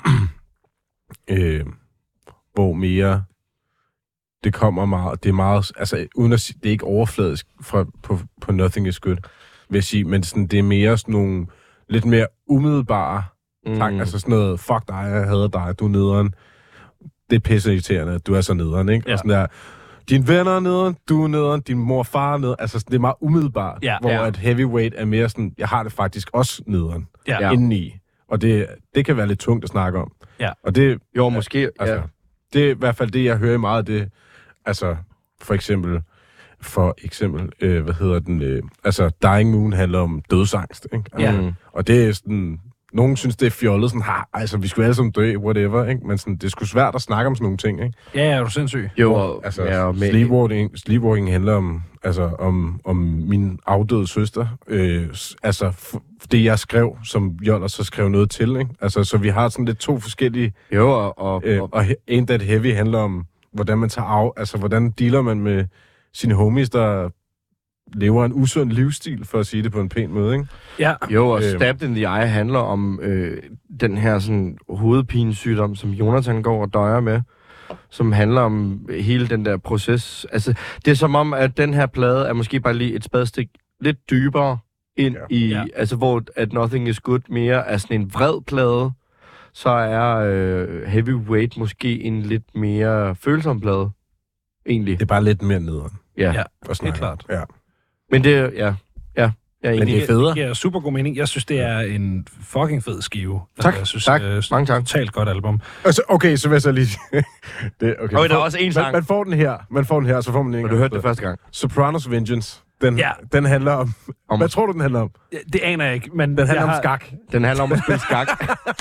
øh, hvor mere... Det kommer meget... Det er meget... Altså, uden at sige, det er ikke overfladisk fra, på, på Nothing is Good, vil jeg sige, men sådan, det er mere sådan nogle lidt mere umiddelbare mm. tanker. Altså sådan noget, fuck dig, jeg hader dig, du er nederen. Det er pisse irriterende, at du er så nederen, ikke? Ja. Og sådan der... Dine venner er nederen, du er nederen, din mor og far er nederen. Altså, det er meget umiddelbart, ja, hvor ja. at Heavyweight er mere sådan, jeg har det faktisk også nederen ja. indeni. Og det, det kan være lidt tungt at snakke om. Ja. Og det, jo, måske, altså, ja. Det er i hvert fald det, jeg hører meget af det, Altså, for eksempel, for eksempel, øh, hvad hedder den, øh, altså, Dying Moon handler om dødsangst, ikke? Altså, ja. Og det er sådan, nogen synes, det er fjollet, sådan, ha, altså, vi skulle alle sammen dø, whatever, ikke? Men sådan, det er sgu svært at snakke om sådan nogle ting, ikke? Ja, ja, er du sindssyg? Jo, og, altså, ja, og med... sleepwalking, sleepwalking handler om, altså, om, om min afdøde søster, øh, altså, f- det jeg skrev, som Joller så skrev noget til, ikke? Altså, så vi har sådan lidt to forskellige... Jo, og... og, øh, og Ain't That Heavy handler om, hvordan man tager af, altså, hvordan dealer man med sine homies, der lever en usund livsstil, for at sige det på en pæn måde, ikke? Ja. Jo, og Stabbed in the Eye handler om øh, den her sådan hovedpinesygdom, som Jonathan går og døjer med, som handler om hele den der proces. Altså, det er som om, at den her plade er måske bare lige et spadestik lidt dybere ind ja. i, ja. altså hvor at Nothing Is Good mere er sådan en vred plade, så er øh, Heavyweight måske en lidt mere følsom plade, egentlig. Det er bare lidt mere nederen. Ja, ja det er klart. Ja. Men det er, ja, ja. Ja, men det er federe. Det giver super god mening. Jeg synes, det er en fucking fed skive. Tak, jeg synes, tak. Øh, Mange tak. Totalt godt album. Altså, okay, så vil jeg så lige det, okay. Og der er også en sang. Man, man får den her, man får den her, så får man den en. Og du hørte det første gang. Sopranos Vengeance. Den, ja. den handler om... om... Hvad tror du, den handler om? Det aner jeg ikke, men... Den handler om har... skak. Den handler om at spille skak.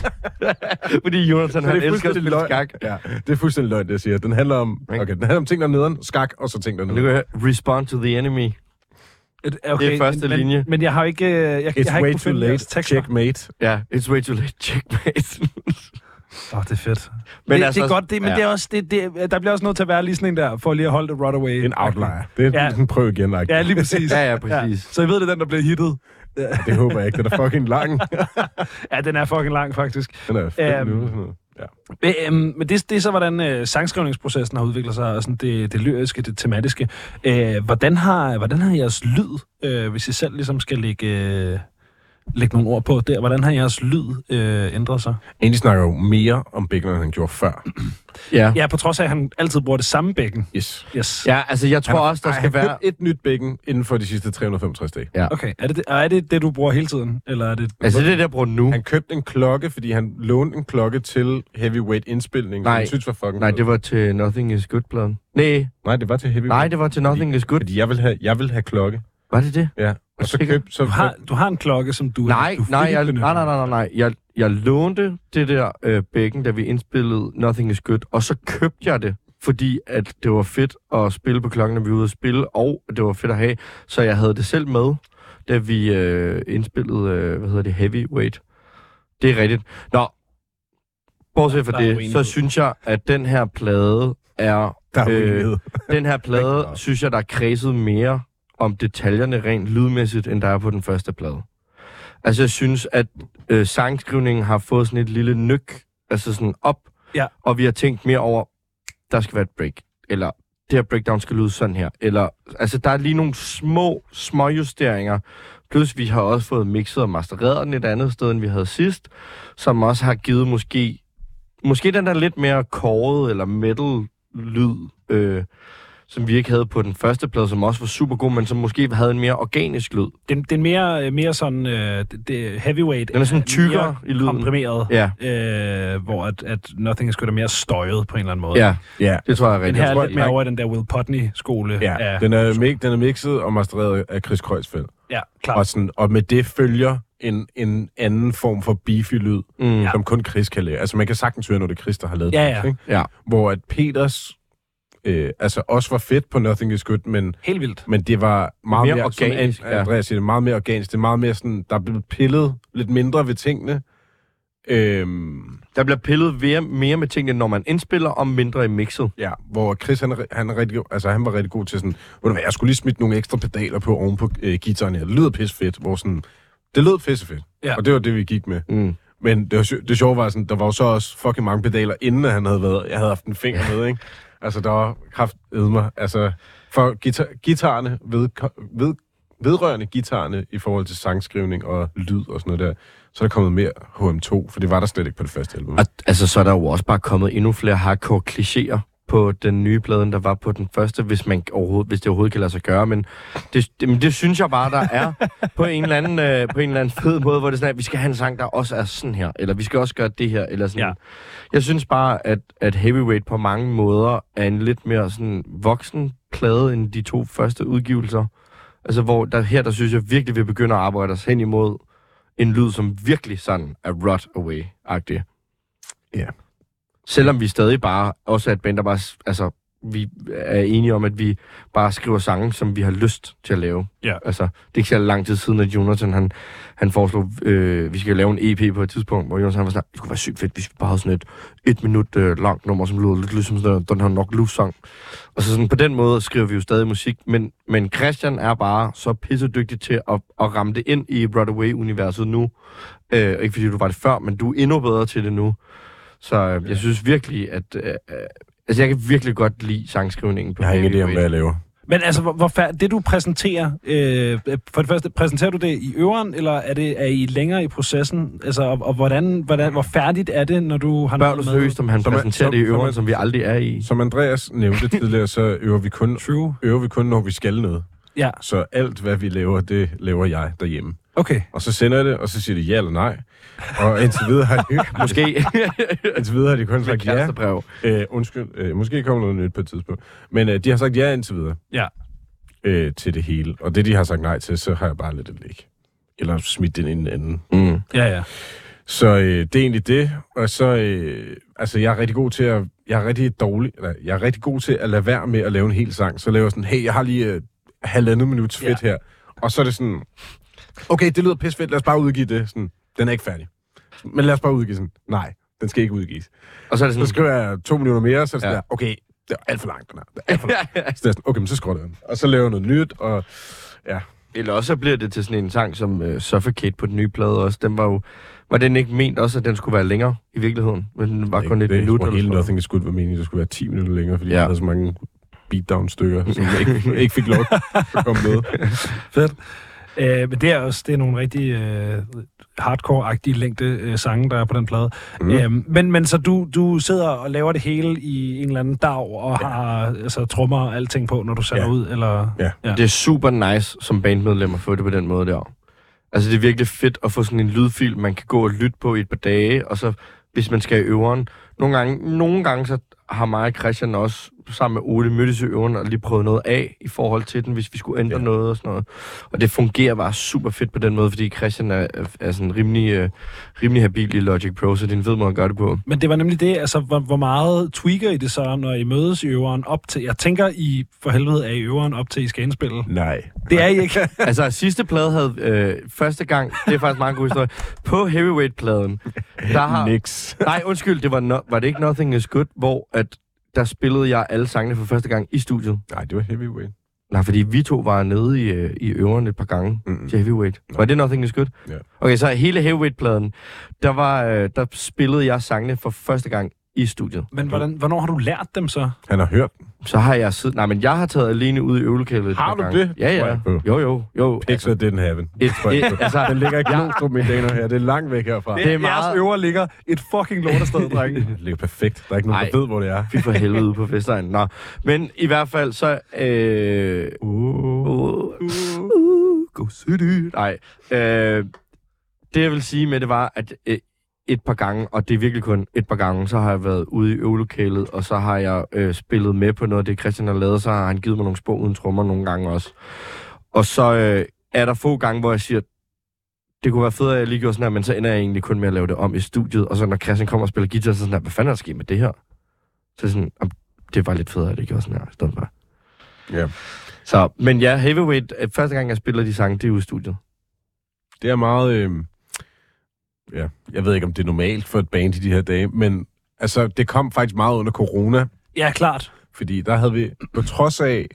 Fordi Jonathan, han elsker at spille løg. skak. Ja, det er fuldstændig løgn, det jeg siger. Den handler om... Okay, den handler om ting, der er nederen, skak, og så ting, der er nederen. Du kan høre, respond to the enemy. Okay, det er første men, linje. Men jeg har ikke... Jeg, it's jeg har way ikke too late, checkmate. Ja, it's way too late, checkmate. Åh, oh, det er fedt. Men det, altså, det er godt, det, men ja. det er også, det, det, der bliver også nødt til at være lige sådan en der, for lige at holde det runaway. En outlier. Det er ja. en prøv igen, like. Ja, lige præcis. ja, ja, præcis. Ja. Så jeg ved, det er den, der bliver hittet. Ja. Det håber jeg ikke. Den er fucking lang. Ja, den er fucking lang, faktisk. Den er fem minutter. Um, ja. Men, men det, det er så, hvordan øh, sangskrivningsprocessen har udviklet sig, og sådan det, det lyriske, det tematiske. Øh, hvordan, har, hvordan har jeres lyd, øh, hvis I selv ligesom skal lægge... Øh, lægge nogle ord på der. Hvordan har jeres lyd øh, ændret sig? Egentlig snakker jo mere om bækken, end han gjorde før. Ja. Ja, på trods af, at han altid bruger det samme bækken. Yes. yes. Ja, altså jeg tror han, også, der ej, skal være... et nyt bækken inden for de sidste tre hundrede og femogtres dage. Ja. Okay, er det det, er det det, du bruger hele tiden? Eller er det... Altså det er det, jeg bruger nu. Han købte en klokke, fordi han lånte en klokke til Heavyweight indspilning. Nej, han synes var fucking nej, det var til Nothing Is Good-pladen. Nej. Nej, det var til Heavyweight. Nej, det var til Nothing fordi, Is Good. Fordi jeg vil have, jeg vil have klokke. Var det det? Ja. Og så køb, så du, har, du har en klokke, som du... Nej, du nej, jeg, nej, nej, nej, nej. Jeg, jeg lånte det der øh, bækken, da vi indspillede Nothing Is Good, og så købte jeg det, fordi at det var fedt at spille på klokken, når vi var ude at spille, og det var fedt at have, så jeg havde det selv med, da vi øh, indspillede, øh, hvad hedder det, Heavyweight. Det er rigtigt. Nå, bortset fra det, så synes jeg, at den her plade er... Der er øh, den her plade, synes jeg, der er kredset mere om detaljerne rent lydmæssigt, end der er på den første plade. Altså, jeg synes, at øh, sangskrivningen har fået sådan et lille nyk, altså sådan op, ja. Og vi har tænkt mere over, der skal være et break, eller det her breakdown skal lyde sådan her, eller, altså, der er lige nogle små, små justeringer, plus vi har også fået mixet og mastereret den et andet sted, end vi havde sidst, som også har givet måske, måske den der lidt mere kåret, eller metal-lyd, øh, som vi ikke havde på den første plade, som også var super god, men som måske havde en mere organisk lyd. Den, den mere, mere sådan, øh, det, Heavyweight... Den er sådan tykkere i lyden. Komprimeret, ja. øh, hvor at, at Nothing Is Good er mere støjet på en eller anden måde. Ja, ja. Det tror jeg er rigtigt. Den her er tror, lidt mere jeg... over den der Will Putney-skole. Ja, af, den, er, mi- den er mixet og mastereret af Chris Kreuzfeldt. Ja, klart. Og, sådan, og med det følger en, en anden form for beefy lyd, mm. som kun Chris kan lave. Altså man kan sagtens høre, når det er Chris, der har lavet ja, det. Ja. Ikke? Ja. Hvor at Peters... Øh, altså også var fedt på Nothing Is Good, men, helt vildt. Men det var meget mere, mere organisk. Som Andreas siger, det meget mere organisk. Det er meget mere sådan, der er blevet pillet lidt mindre ved tingene. Øhm, der bliver pillet mere, mere med tingene, når man indspiller, og mindre i mixet. Ja, hvor Chris, han, han, er rigtig, altså, han var rigtig god til sådan, ved du hvad, jeg skulle lige smide nogle ekstra pedaler på oven på øh, guitaren her. Det lyder pisse fedt, hvor sådan, det lød pissefedt. Ja. Og det var det, vi gik med. Mm. Men det, var, det sjove var sådan, der var jo så også fucking mange pedaler, inden han havde været, jeg havde haft en finger med, ikke? Altså, der var kraftedmer. Altså, for guitar- guitarerne, ved, ved, vedrørende guitarerne i forhold til sangskrivning og lyd og sådan noget der, så er der kommet mere H M to, for det var der slet ikke på det første album. Og, altså, så er der jo også bare kommet endnu flere hardcore klichéer på den nye plade, der var på den første, hvis, man overhovedet, hvis det overhovedet kan lade sig gøre. Men det, det, men det synes jeg bare, der er på en eller anden, øh, på en eller anden fed måde, hvor det er sådan, at vi skal have en sang, der også er sådan her, eller vi skal også gøre det her, eller sådan. Ja. Jeg synes bare, at, at Heavyweight på mange måder er en lidt mere sådan voksen plade end de to første udgivelser. Altså, hvor der, her, der synes jeg virkelig, vi begynder at arbejde os hen imod en lyd, som virkelig sådan er rot away-agtig. Ja. Yeah. Selvom vi stadig bare også er et band, der bare, altså, vi er enige om, at vi bare skriver sange, som vi har lyst til at lave. Ja. Altså, det er ikke så lang tid siden, at Jonathan, han, han foreslog, øh, vi skal lave en E P på et tidspunkt, hvor Jonathan var sådan, det kunne være sygt fedt, hvis vi bare havde sådan et et minut øh, langt nummer, som lyder lidt ligesom sådan den her nok blues-sang. Og så sådan, på den måde skriver vi jo stadig musik, men, men Christian er bare så pissedygtig til at, at ramme det ind i Broadway-universet nu. Øh, ikke fordi du var det før, men du er endnu bedre til det nu. Så øh, jeg synes virkelig, at... Øh, altså, jeg kan virkelig godt lide sangskrivningen på Jeg har ingen idé om, hvad jeg laver. Men altså, hvor, hvor fær- det du præsenterer, øh, for det første, præsenterer du det i øveren, eller er, det, er I længere i processen? Altså, og, og hvordan, hvordan, hvor færdigt er det, når du har noget med? Spørg du seriøst, om han som præsenterer som, det i øveren, som, som vi aldrig er i? Som Andreas nævnte tidligere, så øver vi kun, øver vi kun, når vi skal noget. Ja. Så alt, hvad vi laver, det laver jeg derhjemme. Okay. Og så sender jeg det, og så siger de ja eller nej. Og indtil videre har de... måske. indtil videre har de kun sagt ja. Øh, undskyld. Øh, måske kommer noget nyt på et tidspunkt. Men øh, de har sagt ja indtil videre. Ja. Øh, til det hele. Og det, de har sagt nej til, så har jeg bare lidt et læg. Eller smidt den ind i den anden. Mm. Ja, ja. Så øh, det er egentlig det. Og så... Øh, altså, jeg er rigtig god til at... Jeg er rigtig dårlig... Eller, jeg er rigtig god til at lade være med at lave en hel sang. Så laver jeg sådan, hey, jeg har lige øh, halvandet minuts fedt ja. her. Og så er det sådan... Okay, det lyder pisse fedt, lad os bare udgive det. Sådan, den er ikke færdig. Men lad os bare udgive sådan, nej, den skal ikke udgives. Og så er det sådan... Så skriver jeg to minutter mere, så er det sådan ja. der, okay, det er alt for langt, den her. Det er alt for langt. Så er sådan, okay, men så skruer den. Og så laver jeg noget nyt, og ja. Eller også bliver det til sådan en sang som uh, Suffocate på den nye plade også. Den var jo... Var den ikke ment også, at den skulle være længere i virkeligheden? Men den var kun et minut. Det hele Nothing Is Good var meningen, at det skulle være ti minutter længere, fordi ja. jeg havde så mange beatdown-stykker, som jeg ikke, ikke fik lov at komme med. Fedt. Øh, men det er også det er nogle rigtig øh, hardcore-agtige længde øh, sange, der er på den plade. Mm. Øh, men, men så du, du sidder og laver det hele i en eller anden dag, og ja. har altså, trommer og alting på, når du sender ja. ud? Eller? Ja. Ja. Det er super nice som bandmedlem at få det på den måde der. Altså, det er virkelig fedt at få sådan en lydfil, man kan gå og lytte på i et par dage, og så, hvis man skal i øveren. Nogle gange, nogle gange så har mig og Christian også sammen med Ole mødtes i øveren og lige prøvet noget af i forhold til den, hvis vi skulle ændre ja. noget og sådan noget. Og det fungerer bare super fedt på den måde, fordi Christian er, er sådan rimelig, uh, rimelig habil i Logic Pro, så det er en fed måde at gøre det på. Men det var nemlig det, altså hvor, hvor meget tweaker I det så, når I mødes i øveren op til? Jeg tænker, I for helvede er i øveren op til, I skal indspille. Nej. Det er I ikke. Altså, sidste plade havde øh, første gang, det er faktisk meget god historie, på Heavyweight-pladen. Der har... Nix. Nej, undskyld, det var, no, var det ikke Nothing Is Good, hvor at der spillede jeg alle sangene for første gang i studiet. Nej, det var Heavyweight. Nej, fordi vi to var nede i, i øveren et par gange mm-hmm. til Heavyweight. Var det Nothing Is Good? Ja. Okay, så hele Heavyweight-pladen, der, var, der spillede jeg sangene for første gang i studiet. Men hvordan, hvornår har du lært dem så? Han har hørt dem. Så har jeg siddet... Nej, men jeg har taget alene ud i øvelokalet et har par du gange. det? Ja, ja. Jo, jo, jo. Pixar altså, didn't have it. Et, et, altså, den ligger i Glostrup, mine damer her. Det er langt væk herfra. Det, det er meget... Jeres øver ligger et fucking lortested, drenge. Det ligger perfekt. Der er ikke nogen, Ej, der ved, hvor det er. Fy for helvede ude på Vestegnen. Nå, men i hvert fald så... Øh... Uh, uh, uh, go city. Nej. Øh, det jeg vil sige med det var, at... Øh, et par gange, og det er virkelig kun et par gange, så har jeg været ude i øvelokalet, og så har jeg øh, spillet med på noget af det, Christian har lavet, så har han givet mig nogle spor uden trommer nogle gange også. Og så øh, er der få gange, hvor jeg siger, det kunne være fedt, at jeg lige gjorde sådan her, men så ender jeg egentlig kun med at lave det om i studiet, og så når Christian kommer og spiller guitar, så sådan her, hvad fanden er der sket med det her? Så sådan, det var lidt fedt, at det gjorde sådan her, i stedet for. Ja. Yeah. Så, men ja, Heavyweight, første gang jeg spiller de sange, det er ude i studiet. Det er meget... Øh... Ja, jeg ved ikke, om det er normalt for et band i de her dage, men altså, det kom faktisk meget under corona. Ja, klart. Fordi der havde vi, på trods af,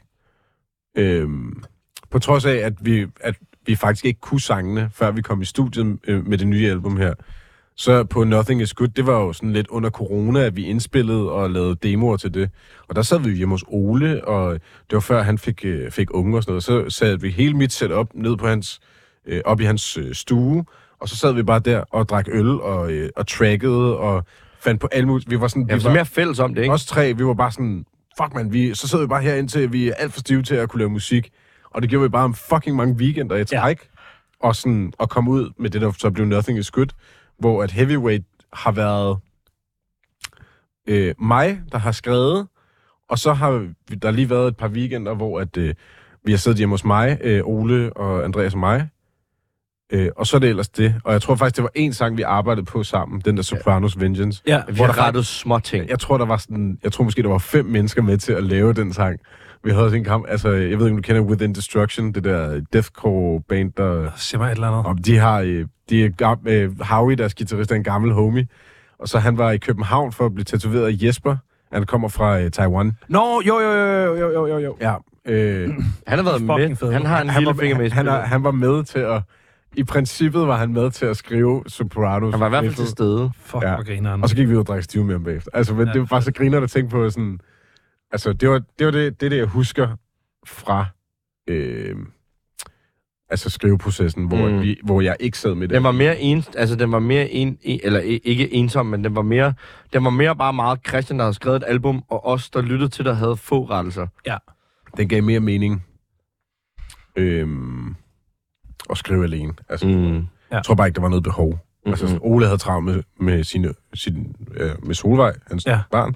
øhm, på trods af, at vi, at vi faktisk ikke kunne sangene, før vi kom i studiet øh, med det nye album her, så på Nothing Is Good, det var jo sådan lidt under corona, at vi indspillede og lavede demoer til det. Og der sad vi hjemme hos Ole, og det var før han fik, øh, fik unge og sådan noget. Så satte vi hele mit setup ned på hans, øh, op i hans øh, stue, og så sad vi bare der og drak øl og, øh, og trackede og fandt på alle mulige... Vi var sådan... Ja, vi var var mere fælles om det, ikke? Os tre, vi var bare sådan... Fuck, man, vi, så sidder vi bare her indtil vi er alt for stive til at kunne lave musik. Og det gjorde vi bare om fucking mange weekender i træk. Ja. Og sådan at komme ud med det, der så blev Nothing Is Good. Hvor at Heavyweight har været øh, mig, der har skrevet. Og så har der lige været et par weekender, hvor at, øh, vi har siddet hjemme hos mig, øh, Ole og Andreas og mig. Øh, og så er det ellers det. Og jeg tror faktisk, det var en sang, vi arbejdede på sammen. Den der Sopranos Vengeance. Ja, vi har rettet små ting. Jeg tror, der var sådan, jeg tror måske, der var fem mennesker med til at lave den sang. Vi havde også en kamp, altså, jeg ved ikke, om du kender Within Destruction, det der deathcore-band, der... Siger mig et eller andet. Og de har, de er, øh, Howie, deres guitarist, er en gammel homie. Og så han var i København for at blive tatoveret af Jesper. Han kommer fra øh, Taiwan. Nå, jo, jo, jo, jo, jo, jo, jo. Ja. Øh, han har været med. Fed. Han har en han lille var, finger med i han, han, han var med til at... I princippet var han med til at skrive Sopranos. Han var i hvert fald til stede. Fuck, ja. Grineren. Og så gik vi ud og drak stive med ham bagefter. Altså, men ja. Det var bare så griner at tænke på sådan... Altså, det var det, var det, det, det jeg husker fra... Øh, altså skriveprocessen, hvor, mm. vi, hvor jeg ikke sad med det. Den var mere en, altså den var mere en, eller ikke ensom, men den var mere, den var mere bare meget Christian, der havde skrevet et album, og os, der lyttede til, der havde få rettelser. Ja. Den gav mere mening. Øhm, at skrive alene. Altså, mm. Jeg ja. tror bare ikke, der var noget behov. Mm-hmm. Altså, sådan, Ole havde travlt med, med, sine, sin, øh, med Solvej, hans ja. barn.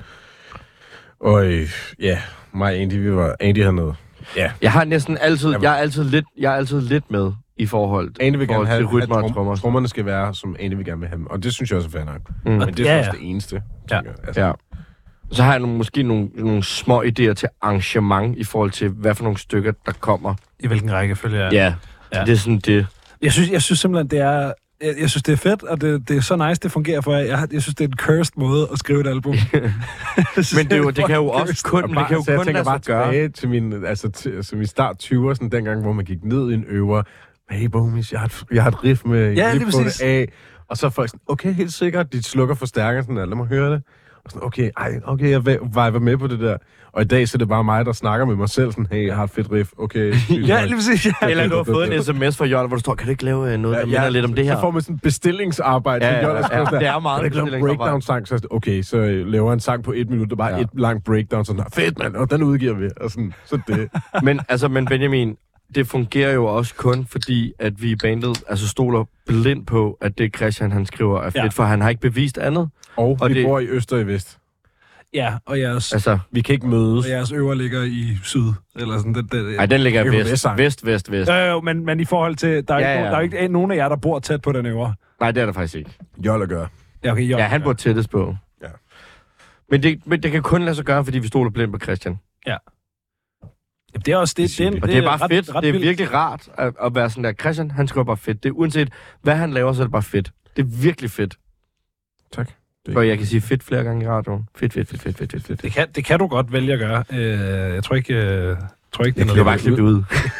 Og øh, ja, mig og Andy, vi var... Andy havde noget. Ja. Jeg har næsten altid... Jeg er altid lidt, jeg er altid lidt med i forhold, Andy vil gerne have, rytmer at trum, trommerne skal være, som Andy vil gerne vil have. Og det synes jeg også er fair nok. Mm. Men det er ja, faktisk ja. det eneste. Ja. Altså. Ja. Så har jeg nogle, måske nogle, nogle små idéer til arrangement i forhold til, hvad for nogle stykker, der kommer. I hvilken rækkefølge er. Ja, ja. Det er sådan det. Jeg synes, jeg synes simpelthen, det er... Jeg, jeg synes, det er fedt, og det, det er så nice, det fungerer for jer. Jeg, jeg synes, det er en cursed måde at skrive et album. Men det, jo, det kan jo også kun, og bare, det kan jo så jeg kun tænker bare gøre. tilbage til min, altså, til, altså min start tyverne, sådan dengang, hvor man gik ned i en øver. Hey, bomis, jeg har et, jeg har et riff med, ja, riff på det af. Og så folk sådan, okay, helt sikkert, de slukker forstærker, sådan, lad mig høre det. Og sådan, okay, ej, okay, jeg viber med på det der. Og i dag så er det bare mig, der snakker med mig selv, sådan, hey, jeg har et fedt riff, okay. Ja, lige præcis. Ja. Eller du har fået en sms fra Jørgen, hvor du står, kan du ikke lave noget, der ja, minder ja, lidt om det her? Så får man sådan bestillingsarbejde. Ja, ja, ja, ja, det er meget bestillingsarbejde. Breakdown-sang, så okay, så laver en sang på et minut, der bare ja. et langt breakdown, sådan, fedt, mand, og den udgiver vi, og sådan, så det. Men, altså, men Benjamin, det fungerer jo også kun fordi, at vi i bandet altså stoler blindt på, at det Christian, han skriver, er fedt, ja. for han har ikke bevist andet. Og, og vi det... bor i øst og i vest. Ja, og jeres, altså, vi kan ikke mødes. Og jeres øver ligger i syd, eller sådan. Den, den, Nej, den ligger i vest. Vest, vest, vest. Jo, jo, men, men i forhold til, der er, ja, ikke, ja. der er ikke nogen af jer, der bor tæt på den øver. Nej, det er der faktisk ikke. Jolle gør. Ja, okay, Jolle ja, han bor tættest på. Ja. Men det, men det kan kun lade sig gøre, fordi vi stoler blindt på Christian. Ja. Jamen, det er også det. det, det, og det er bare ret, fedt. Ret det er vildt. virkelig rart at, at være sådan der. Christian, han skriver bare fedt. Det er uanset, hvad han laver, så er det bare fedt. Det er virkelig fedt. Tak. Og jeg kan sige fedt flere gange i radioen. Fedt, fedt, fedt, fedt, fedt, fedt, fedt. Det kan, det kan du godt vælge at gøre. Uh, jeg tror ikke, uh, jeg tror ikke det er noget, bare klippe ud.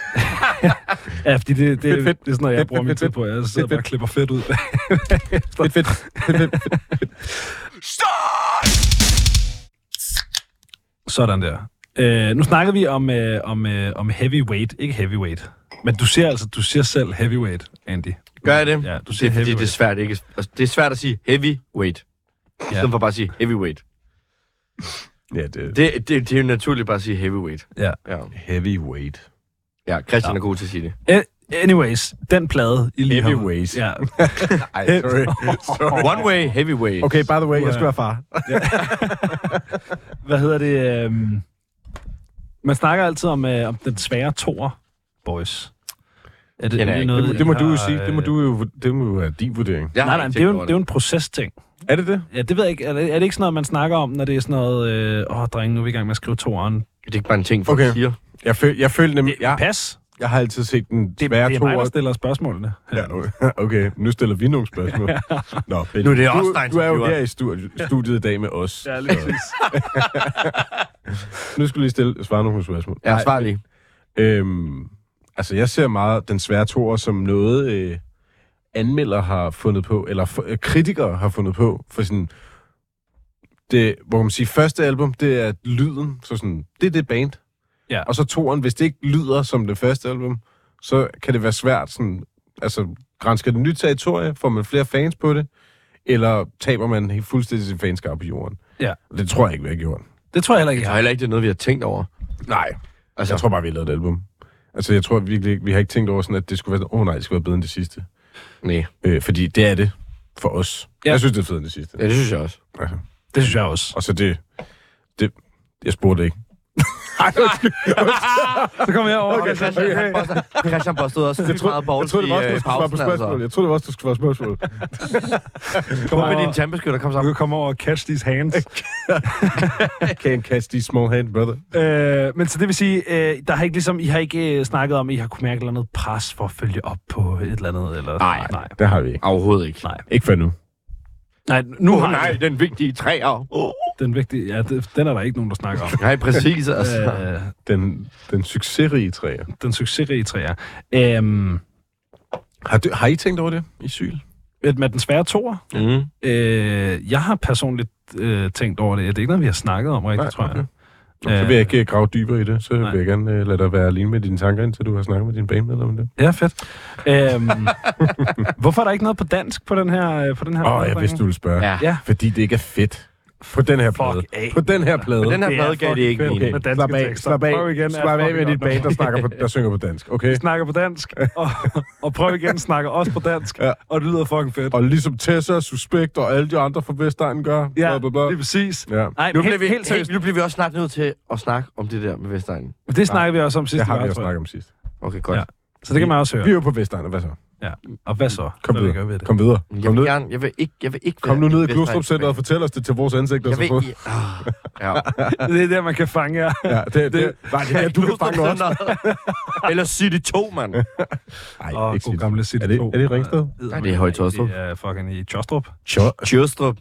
Ja, fordi det, det, fedt, fedt. det er sådan noget, jeg fedt, bruger fedt, min tid på. Jeg sidder fedt, bare og klipper fedt ud. Fedt, fedt, fedt, fedt. Stop! Sådan der. Uh, nu snakker vi om, uh, om, uh, om heavyweight, ikke heavyweight. Men du siger altså, du siger selv heavyweight, Andy. Gør jeg det? Ja, du siger det, det er svært ikke. Altså, det er svært at sige heavyweight. Ja. I stedet for bare at sige heavyweight. Ja, det... Det, det, det, det er jo naturligt bare at sige heavyweight. Ja. ja. Heavyweight. Ja, Christian ja. er god til at sige det. Anyways, den plade i lige Heavyweight. Ja. Ej, sorry. sorry. One way heavyweight. Okay, by the way, jeg skal være far. Hvad hedder det? Um... Man snakker altid om, uh, om den svære toer, boys. Er det, ja, er det, noget, det, det må du jo sige. Det må du jo, det må jo være din vurdering. Nej, nej, det er, jo, det er jo en procesting. Er det det? Ja, det ved jeg ikke. Er det, er det ikke sådan noget, man snakker om, når det er sådan noget... Øh, åh, oh, drenge, nu er vi i gang med at skrive toeren. Det er ikke bare en ting, folk okay. siger. Jeg, føl, jeg følte nemlig... Jeg, Pas. Jeg har altid set den det, svære toer. Det er mig, der stiller spørgsmålene. Ja, okay, nu stiller vi nogle spørgsmål. Nå, nu er det også du, du er jo her i studiet, studiet i dag med os. Ja, lige præcis. Nu skulle lige stille, svare nogle spørgsmål. Ja, svar lige. Øhm, altså, jeg ser meget den svære toer som noget, øh, anmeldere har fundet på, eller for, øh, kritikere har fundet på, for sådan... Det, hvor man siger, første album, det er lyden, så sådan, det er det band. Ja. Og så toeren, hvis det ikke lyder som det første album, så kan det være svært sådan, altså, gransker det nyt territorie, får man flere fans på det, eller taber man helt fuldstændig sin fanskab på jorden. Ja. Det tror jeg ikke, vi har gjort. Det tror jeg heller ikke. Jeg tror heller ikke, det er noget, vi har tænkt over. Nej. Altså, jeg tror bare, vi har lavet et album. Altså, jeg tror virkelig ikke, vi har ikke tænkt over sådan, at det skulle være, åh oh, nej, det skulle være bedre end det sidste. Nej. Øh, fordi det er det for os. Ja. Jeg synes, det er federe end det sidste. Ja, det synes jeg også. Altså. Det synes jeg også. Og så det, det jeg spurgte ikke. Så kommer jeg over. Okay, Christian, okay. Han Christian Bostede også jeg troede, meget bort i øh, pausen. Altså. Jeg troede, det var også, du skulle svare spørgsmål. Kom med din tandbeskytter, kom sammen. Du kan komme over og catch these hands. Can't catch these small hands, brother. Øh, men så det vil sige, øh, der har ikke ligesom, I har ikke snakket om, at I har kunnet mærke et eller andet pres for at følge op på et eller andet? Eller? Nej, nej, det har vi ikke. Overhovedet ikke. Nej. Ikke for nu. Nej, nu oh, har nej, jeg den vigtige træer. Oh. Den vigtige, ja, det, den er der ikke nogen, der snakker om. Nej, præcis, altså. Øh, den, den succesrige træer. Den succesrige træer. Øhm, har, du, har I tænkt over det i Syl? Med den svære toer? Mm. Øh, jeg har personligt øh, tænkt over det. Det er ikke noget, vi har snakket om rigtigt, tror jeg. Nå, så vil jeg ikke grave dybere i det. Så Nej. vil jeg gerne uh, lade dig være alene med dine tanker, indtil du har snakket med din bandmedlem om det. Ja, fedt. øhm, hvorfor er der ikke noget på dansk på den her på den her? Åh, oh, jeg vidste, du ville spørge. Ja. Ja. Fordi det ikke er fedt. På den her plade. På den her plade. På den her plade gav det ikke mening. Okay, slap af, slap af, igen, slap af med dit band, der, snakker på, der synger på dansk, okay? Vi snakker på dansk, og, og prøv igen snakker også på dansk, ja. Og det lyder fucking fedt. Og ligesom Tessa, Suspekt og alle de andre fra Vestegnen gør. Ja, bla, bla, bla. Det er præcis. Ja. Ej, nu, helt, bliver vi, helt helt, nu bliver vi også snart nødt til at snakke om det der med Vestegnen. Det snakker vi også om sidst. Det har vi også snakket om sidst. Okay, godt. Ja. Så det kan man også høre. Vi er jo på Vestegnen, hvad så? Ja, og hvad så? Kom hvad videre. Kom videre. Jeg vil, Kom gerne, jeg vil ikke, jeg vil ikke Kom nu ned i Glostrup Center og fortæl os det til vores ansigter. Jeg vil ikke, ja. Det er der, man kan fange jer. Ja, det, det, det, nej, det er, du kan fange os. Eller City to, mand. Nej, oh, ikke City. Gamle City er det, er det Ringsted? Nej, det er Høje Tostrup. Det er fucking i Tjostrup. Tjostrup.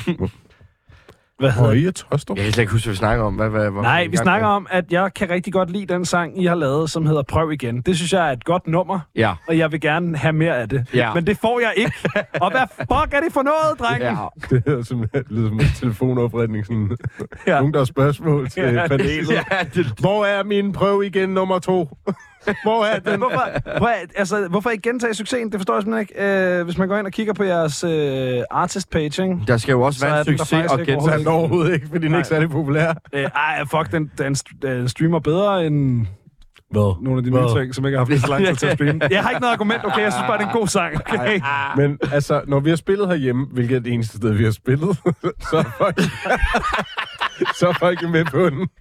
Hvad hedder Høje Tostrup? Jeg kan slet ikke huske, hvad vi snakker om. Hvad, hvad, Nej, vi snakker om, at jeg kan rigtig godt lide den sang, I har lavet, som hedder Prøv igen. Det synes jeg er et godt nummer, ja. Og jeg vil gerne have mere af det. Ja. Men det får jeg ikke. Og hvad fuck er det for noget, drenge? Ja. Det lyder som, lyder som en telefonopredning. Sådan. Ja. Nogen, der har spørgsmål til ja, panelet. Ja, det... Hvor er min prøv igen nummer to? Hvor er den? Hvorfor, hvor, altså, hvorfor ikke gentage succesen? Det forstår jeg simpelthen ikke. Øh, hvis man går ind og kigger på jeres øh, artist page, ikke? Der skal jo også være en succes og gentage. Så er den overhovedet ikke, fordi den ikke er særlig populær. Øh, ej, fuck, den, den, den streamer bedre end... Hvad? Nogle af de nye ting, som ikke har haft så lang tid til at streame. Jeg har ikke noget argument, okay? Jeg synes bare, det er en god sang, okay? Ej, men altså, når vi har spillet herhjemme, hvilket er det eneste sted, vi har spillet, så er folk, så er folk med på den.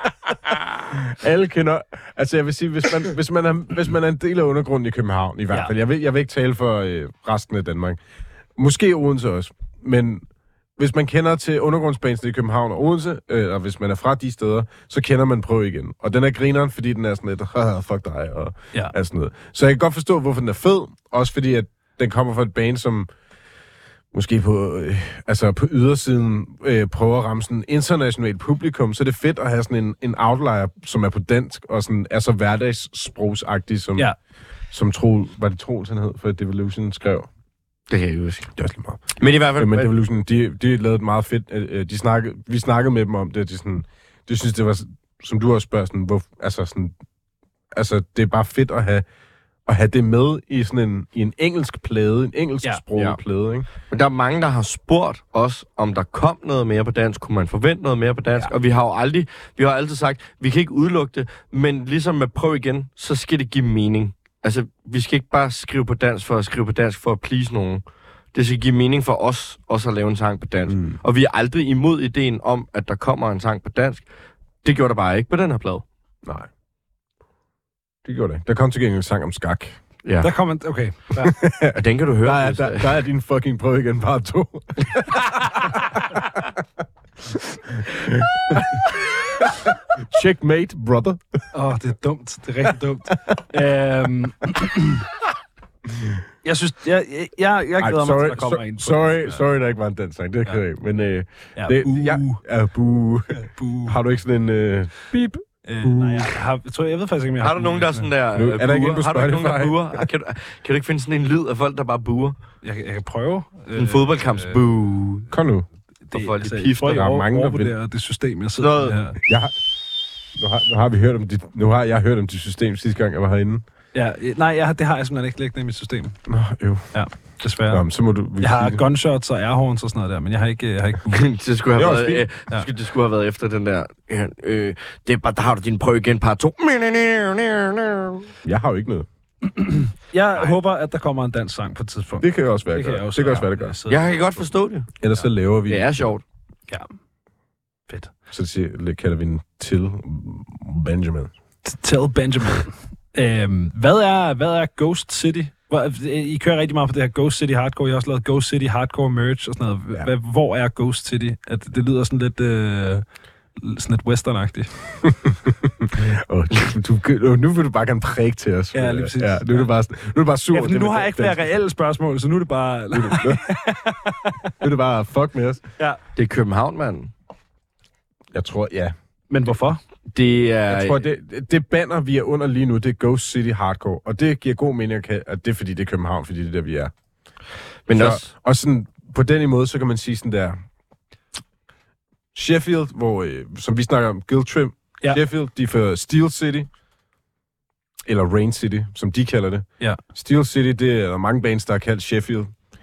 Alle kender... Altså, jeg vil sige, hvis man, hvis man, er, hvis man er en del af undergrunden i København, i hvert fald. Ja. Jeg, vil, jeg vil ikke tale for øh, resten af Danmark. Måske Odense også. Men hvis man kender til undergrundsbands i København og Odense, øh, og hvis man er fra de steder, så kender man Prøv igen. Og den er grineren, fordi den er sådan lidt, fuck dig, og ja. Er sådan noget. Så jeg kan godt forstå, hvorfor den er fed. Også fordi, at den kommer fra et band, som måske på, øh, altså på ydersiden øh, prøver at ramme sådan en internationalt publikum, så er det fedt at have sådan en, en outlier, som er på dansk, og sådan er så hverdagssprogsagtig, som, ja. som Troel, var det Troels, han hed, for Devolution skrev. Det kan jeg jo huske. Det er også lige meget. Men i hvert fald... Men Devolution, de, de lavede et meget fedt... De snakkede, vi snakkede med dem om det, de, sådan, de synes, det var, som du også spørger, sådan, hvor, altså, sådan, altså, det er bare fedt at have, at have det med i sådan en, i en engelsk plade, en engelsk ja. sproget ja. plade, ikke? Men der er mange, der har spurgt os, om der kom noget mere på dansk, kunne man forvente noget mere på dansk, ja. Og vi har jo aldrig, vi har altid sagt, vi kan ikke udelukke det, men ligesom med Prøv igen, så skal det give mening. Altså, vi skal ikke bare skrive på dansk for at skrive på dansk for at please nogen. Det skal give mening for os også at lave en sang på dansk. Mm. Og vi er aldrig imod ideen om, at der kommer en sang på dansk. Det gjorde der bare ikke på den her plade. Nej. Det gjorde det. Der kom til gengæld en sang om skak. Ja. Der kom en... Okay. Og den kan du høre. Der er, der, der er din fucking Prøv igen part to. Checkmate, brother. Åh, oh, det er dumt. Det er rigtig dumt. um, jeg synes, jeg, jeg, jeg, jeg glæder Ej, sorry, mig til, der kommer so, en. Sorry, ja. sorry, der ikke var en dansk sang. Det er ja. ikke. Men øh, ja, det, buh. Ja, ja, buh. buh. Har du ikke sådan en øh, beep? Øh, nej, jeg, har, jeg, tror, jeg ved faktisk ikke, om jeg har... Har du nogen, der er sådan der... Nu, er der ikke en på har du ikke nogen, der buer? Kan du, kan du ikke finde sådan en lyd af folk, der bare buer? Jeg, jeg kan prøve. En øh, fodboldkampsbue. Kom nu. Det, folk, altså, de pifter. Der er mange, der vil... Det system, jeg sidder med her. Jeg har, nu, har, nu har vi hørt om dit, nu har jeg hørt om dit system sidste gang, jeg var herinde. Ja, nej, jeg, det har jeg simpelthen ikke liggende i mit system. Nå, jo. Ja, desværre. Nå, så må du... Jeg har gunshots og airhorns og sådan noget der, men jeg har ikke... Jeg har ikke det, skulle have været, øh, ja. det skulle have været efter den der... Øh, det er bare, der har du din prøve igen, par to. Jeg har jo ikke noget. Jeg Nej. håber, at der kommer en dansk sang på et tidspunkt. Det kan også være, det kan, jeg også, det kan også være, det gør. Jeg kan godt forstå det. Ellers så laver vi... Det er sjovt. Ja. Fedt. Så siger, kalder vi den til Benjamin. Til Benjamin. øhm, hvad, er, hvad er Ghost City? I kører rigtig meget på det her Ghost City Hardcore. Jeg har også lavet Ghost City Hardcore merch og sådan noget. Ja. Hvor er Ghost City? At det lyder sådan lidt... Øh, sådan lidt westernagtigt. oh, du, du, nu vil du bare gerne præge til os. Ja, lige præcis. Ja, nu er du bare, nu er du bare sur. Ja, nu, nu har jeg ikke flere reelle spørgsmål, så nu er det bare... nu, er det, nu, nu er det bare fuck med os. Ja. Det er København, mand. Jeg tror, ja. Men hvorfor? Det er... Jeg tror, det, det banner, vi er under lige nu, det er Ghost City Hardcore. Og det giver god mening, at det er, fordi det er København, fordi det er der, vi er. Men så, også... Og sådan, på den måde, så kan man sige sådan der... Sheffield, hvor, øh, som vi snakker om, Guild Trim. Ja. Sheffield, de får Steel City. Eller Rain City, som de kalder det. Ja. Steel City, det er der mange bands, der har kaldt Sheffield.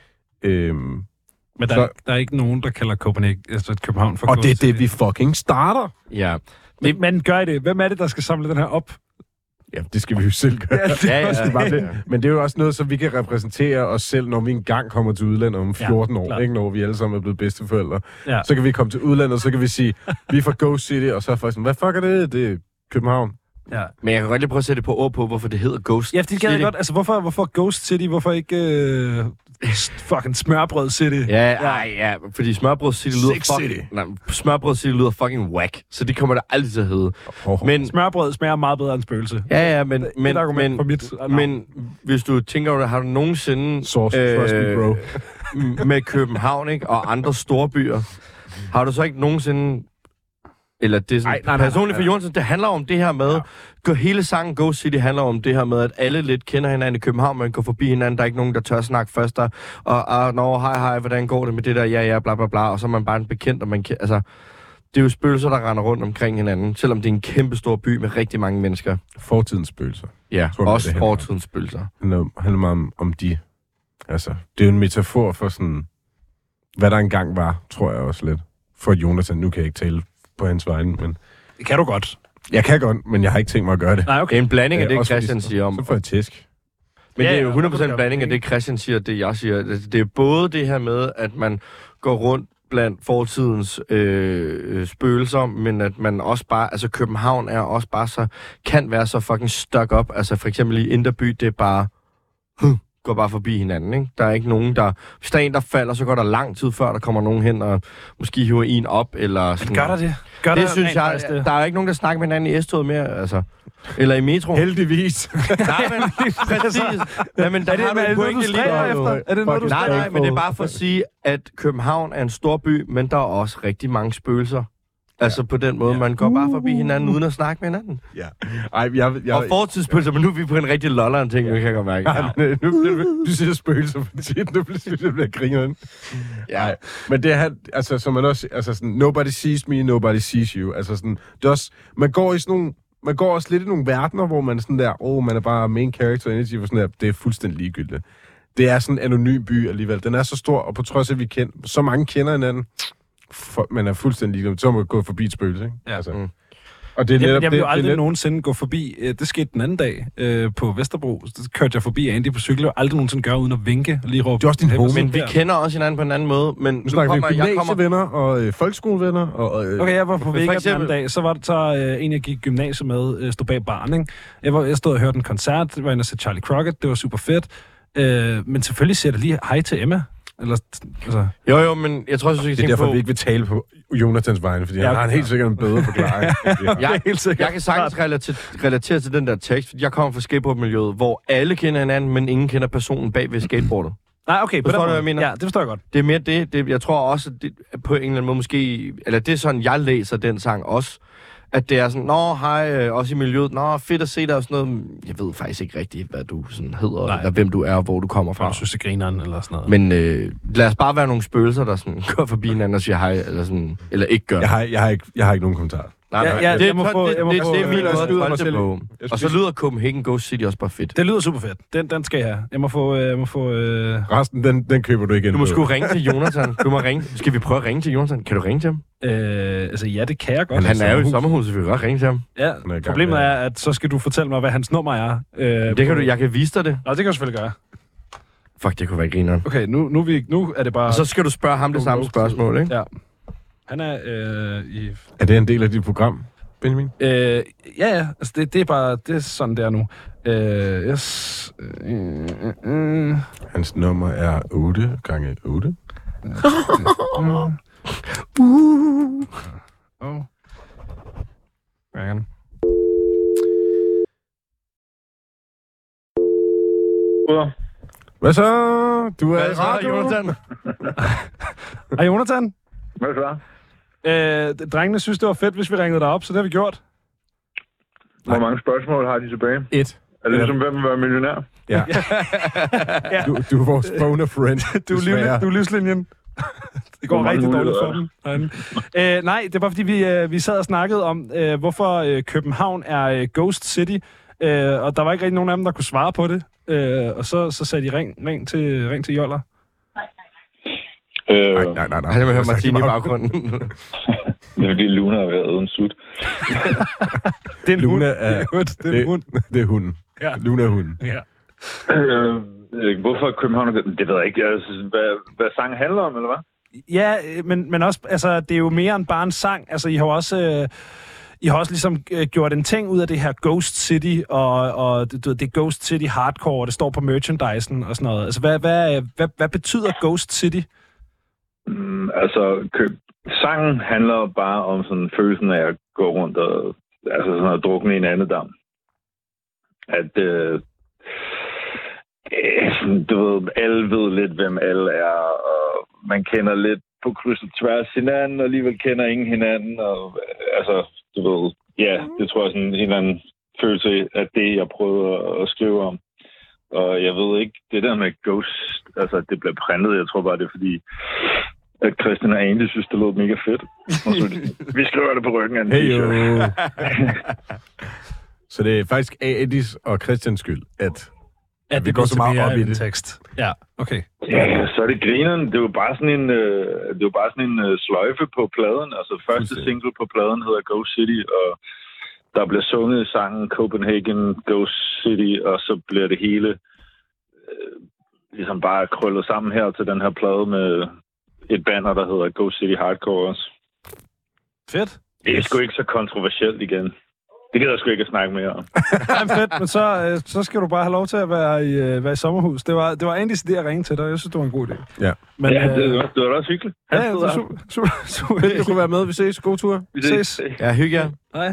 Øhm, Men der, så, der er ikke nogen, der kalder Copenhagen, altså København for Og Ghost det er City. det, vi fucking starter. Ja. Men, men gør I det? Hvem er det, der skal samle den her op? Ja, det skal vi jo selv gøre. Ja, ja, ja, ja. det. Men det er jo også noget, som vi kan repræsentere os selv, når vi engang kommer til udlandet om fjorten ja, år, ikke? Når vi alle sammen er blevet bedsteforældre. Ja. Så kan vi komme til udlandet, og så kan vi sige, vi er fra Ghost City, og så er folk sådan, hvad fuck er det? Det er København. Ja. Men jeg kan godt lige prøve at sætte det på ord på, hvorfor det hedder Ghost Ja, det kan jeg godt. Altså, hvorfor, hvorfor Ghost City? Hvorfor ikke øh, fucking Smørbrød City? Ja, ej, ja, fordi Smørbrød City lyder Sex fucking... City. Nej, Smørbrød City lyder fucking whack, så det kommer der aldrig til at hedde. Oh, oh. Men, Smørbrød smager meget bedre end spøgelse. ja, ja, men... men, men, men, men hvis du tænker over det, har du nogensinde... Sauce, øh, trust me, bro. med København, ikke, og andre storbyer, har du så ikke nogensinde... Eller det er sådan, Ej, nej, nej, personligt for Jørgensen, det handler om det her med, ja. hele sangen Ghost City handler om det her med, at alle lidt kender hinanden i København, man går forbi hinanden, der er ikke nogen, der tør snakke først der, og, og nå, hej, hej, hvordan går det med det der, ja, ja, bla, bla, bla, og så er man bare en bekendt, og man kan, altså, det er jo spøgelser, der render rundt omkring hinanden, selvom det er en kæmpe stor by med rigtig mange mennesker. Fortidens spøgelser. Ja, tror, også det fortidens spøgelser. Det handler, handler meget om, om de, altså, det er jo en metafor for sådan, hvad der engang var, tror jeg også lidt, for Jonathan, nu kan jeg ikke tale på hans vegne, men... Det kan du godt. Jeg kan godt, men jeg har ikke tænkt mig at gøre det. Nej, okay. Det er en blanding af det, øh, Christian siger om... Så får jeg tæsk. Men ja, det er jo hundrede procent ja, blanding af det, Christian siger, og det jeg siger. Det er både det her med, at man går rundt blandt fortidens øh, spøgelser, men at man også bare... Altså, København er også bare så... Kan være så fucking stuck up. Altså, for eksempel i Indre By, det er bare... Huh, går bare forbi hinanden, ikke? Der er ikke nogen, der... Hvis der er en, der falder, så går der lang tid før, der kommer nogen hen og måske hiver en op, eller sådan... Men gør der det? Gør det der synes jeg... det? Der er ikke nogen, der snakker med hinanden i S-toget mere, altså... Eller i metro. Heldigvis. Nej, men præcis. Ja, men der er det, er det noget, du stræber efter? Er det noget, du nej, nej, men det er bare for at sige, at København er en stor by, men der er også rigtig mange spøgelser. Altså ja. På den måde, ja. Man går bare forbi hinanden, uden at snakke med hinanden. Ja. Ej, jeg, jeg, og fortidsspøgelser, men nu er vi på en rigtig lolleren ting, ja. Nu kan jeg godt mærke. Ja. Ja, nu, nu, du siger spøgelser for tit, nu bliver det bliver grineren. Ja. Ej, men det er, altså, som man også, altså sådan, nobody sees me, nobody sees you. Altså sådan, det er også, man går i sådan nogle, man går også lidt i nogle verdener, hvor man er sådan der, åh, oh, man er bare main character energy, for sådan der, det er fuldstændig ligegyldigt. Det er sådan en anonym by alligevel. Den er så stor, og på trods af, at vi kender, så mange kender hinanden, for, man er fuldstændig ligeglad. Så må man gå forbi et spøgelse, ikke? Ja. Altså. Mm. Og det er netop, jeg, jeg vil jo det, aldrig det net... nogensinde gå forbi. Det skete den anden dag øh, på Vesterbro. Så kørte jeg forbi Andy på cykel, og aldrig nogensinde gøre uden at vinke og lige råbe. Det er også din homie. Men vi kender også hinanden på en anden måde. Men nu snakker kommer, vi gymnasievenner og øh, folkeskolevenner. Og, øh, okay, jeg var på Vega eksempel... den anden dag. Så var det så øh, en, jeg gik gymnasiet med, øh, stod bag baren, ikke? Jeg, var, jeg stod og hørte en koncert. Jeg var inde og se Charlie Crockett. Det var super fedt. Øh, men selvfølgelig siger jeg lige hej til Emma. Eller, altså... Jo, jo, men jeg tror også, du det er derfor, på... vi ikke vil tale på Jonathans vegne, fordi ja, han har en helt sikkert en bedre forklaring. jeg, helt jeg kan sagtens relatere, relatere til den der tekst, fordi jeg kommer fra skateboardmiljøet, hvor alle kender hinanden, men ingen kender personen bag ved skateboardet. Nej, okay. Forstår du, hvad jeg mener? Ja, det forstår jeg godt. Det er mere det. det jeg tror også, det, på en eller anden måde måske... Eller det er sådan, jeg læser den sang også. At det er sådan, nå, hej, også i miljøet, nå, fedt at se dig og sådan noget. Jeg ved faktisk ikke rigtigt, hvad du sådan hedder, Nej. Eller hvem du er, og hvor du kommer fra. Jeg synes, det grineren eller sådan noget. Men øh, lad os bare være nogle spøgelser, der sådan går forbi hinanden og siger hej, eller sådan, eller ikke gør. Jeg har, jeg har, ikke, jeg har ikke nogen kommentar. Nej, nej, ja, ja, det, jeg må få, det, jeg må det, få, det er min jeg måde mig at på. Og så lyder Copenhagen Ghost City også bare fedt. Det lyder super fedt. Den, den skal jeg have. Jeg må få... Jeg må få øh... Resten, den, den køber du ikke ind. Du må sgu ringe til Jonathan. Du må ringe. Skal vi prøve at ringe til Jonathan? Kan du ringe til ham? Øh, altså, ja, det kan jeg godt. Men han er jo i sommerhuset, så vi kan godt ringe til ham. Ja, problemet er, at så skal du fortælle mig, hvad hans nummer er. Øh, det kan på... du, jeg kan vise dig det. Nå, det kan jeg selvfølgelig gøre. Fuck, det kunne være grineren. Okay, nu, nu, vi, nu er det bare... Og så skal du spørge ham det samme spørgsmål, ikke? Ja. Han er øh, i... Er det en del af dit program, Benjamin? Øh, ja, ja. Altså, det, det er bare... Det er sådan, det er nu. Øh, yes. Øh, øh, øh. Hans nummer er otte gange otte. Uh. Oh. Hvordan? Hvad så? Du er i radio, Jonathan. Hej, Jonathan. Hvad så? Øh, drengene synes, det var fedt, hvis vi ringede dig op, så det har vi gjort. Hvor mange spørgsmål har de tilbage? Et. Er det ligesom, hvem vil være millionær? Ja. Ja. Du, du er vores phone friend. Du er, liv, du er livslinjen. Det går rigtig dårligt for dem. Øh, nej, det er bare fordi, vi, øh, vi sad og snakkede om, øh, hvorfor øh, København er øh, Ghost City. Øh, og der var ikke rigtig nogen af dem, der kunne svare på det. Øh, og så, så sagde de, ring, ring, til, ring til Joller. Øh, Nej, nej, nej. nej. Han vil høre Martine i baggrunden. det er fordi Luna har været uden sut. Det er en Luna hund. er, Det er en hund. det, det er hunden. Ja. Luna er hunden. Ja. Øh, hvorfor København? Det ved jeg ikke. Jeg synes, hvad, hvad sangen handler om, eller hvad? Ja, men, men også, altså, det er jo mere end bare en sang. Altså, I har jo også... Øh, I har også ligesom øh, gjort en ting ud af det her Ghost City, og, og du ved, det er Ghost City Hardcore, og det står på merchandisen og sådan noget. Altså, hvad, hvad, hvad, hvad betyder Ghost City? Mm, altså, køb. Sangen handler bare om sådan følelsen af at gå rundt og altså sådan at drukne i en anden dam. At øh, øh, du ved, alle ved lidt, hvem alle er, og man kender lidt på kryds og tværs hinanden, og alligevel kender ingen hinanden, og altså, du ved, ja, det tror jeg er sådan en eller anden følelse af det, jeg prøvede at skrive om. Og jeg ved ikke, det der med Ghost, altså det blev printet, jeg tror bare, det er fordi, at Christian og Andy synes, det lød mega fedt. Og så, vi skriver det på ryggen af en Hey jo. t-shirt. Så det er faktisk Adis og Christians skyld, at, Ja, vi går så meget op i det. Tekst. Ja, okay. Ja, så er det grineren. Det er jo bare sådan en, øh, det er jo bare sådan en øh, sløjfe på pladen. Altså første single på pladen hedder Ghost City, og der bliver sunget i sangen Copenhagen Ghost City, og så bliver det hele øh, ligesom bare krøllet sammen her til den her plade med et banner, der hedder Ghost City Hardcore også. Fedt. Det er sgu ikke så kontroversielt igen. Det gider jeg sgu ikke at snakke mere om. Jamen fedt, men så, øh, så skal du bare have lov til at være i, øh, være i sommerhus. Det var, det var Andys idé at ringe til dig. Jeg synes, det var en god idé. Ja. Men, ja, det, øh, var, det var da også hyggeligt. Ja, det var super, super, super. Fedt, du kunne være med. Vi ses. God tur. Vi ses. Ja, hygge jer. Hej.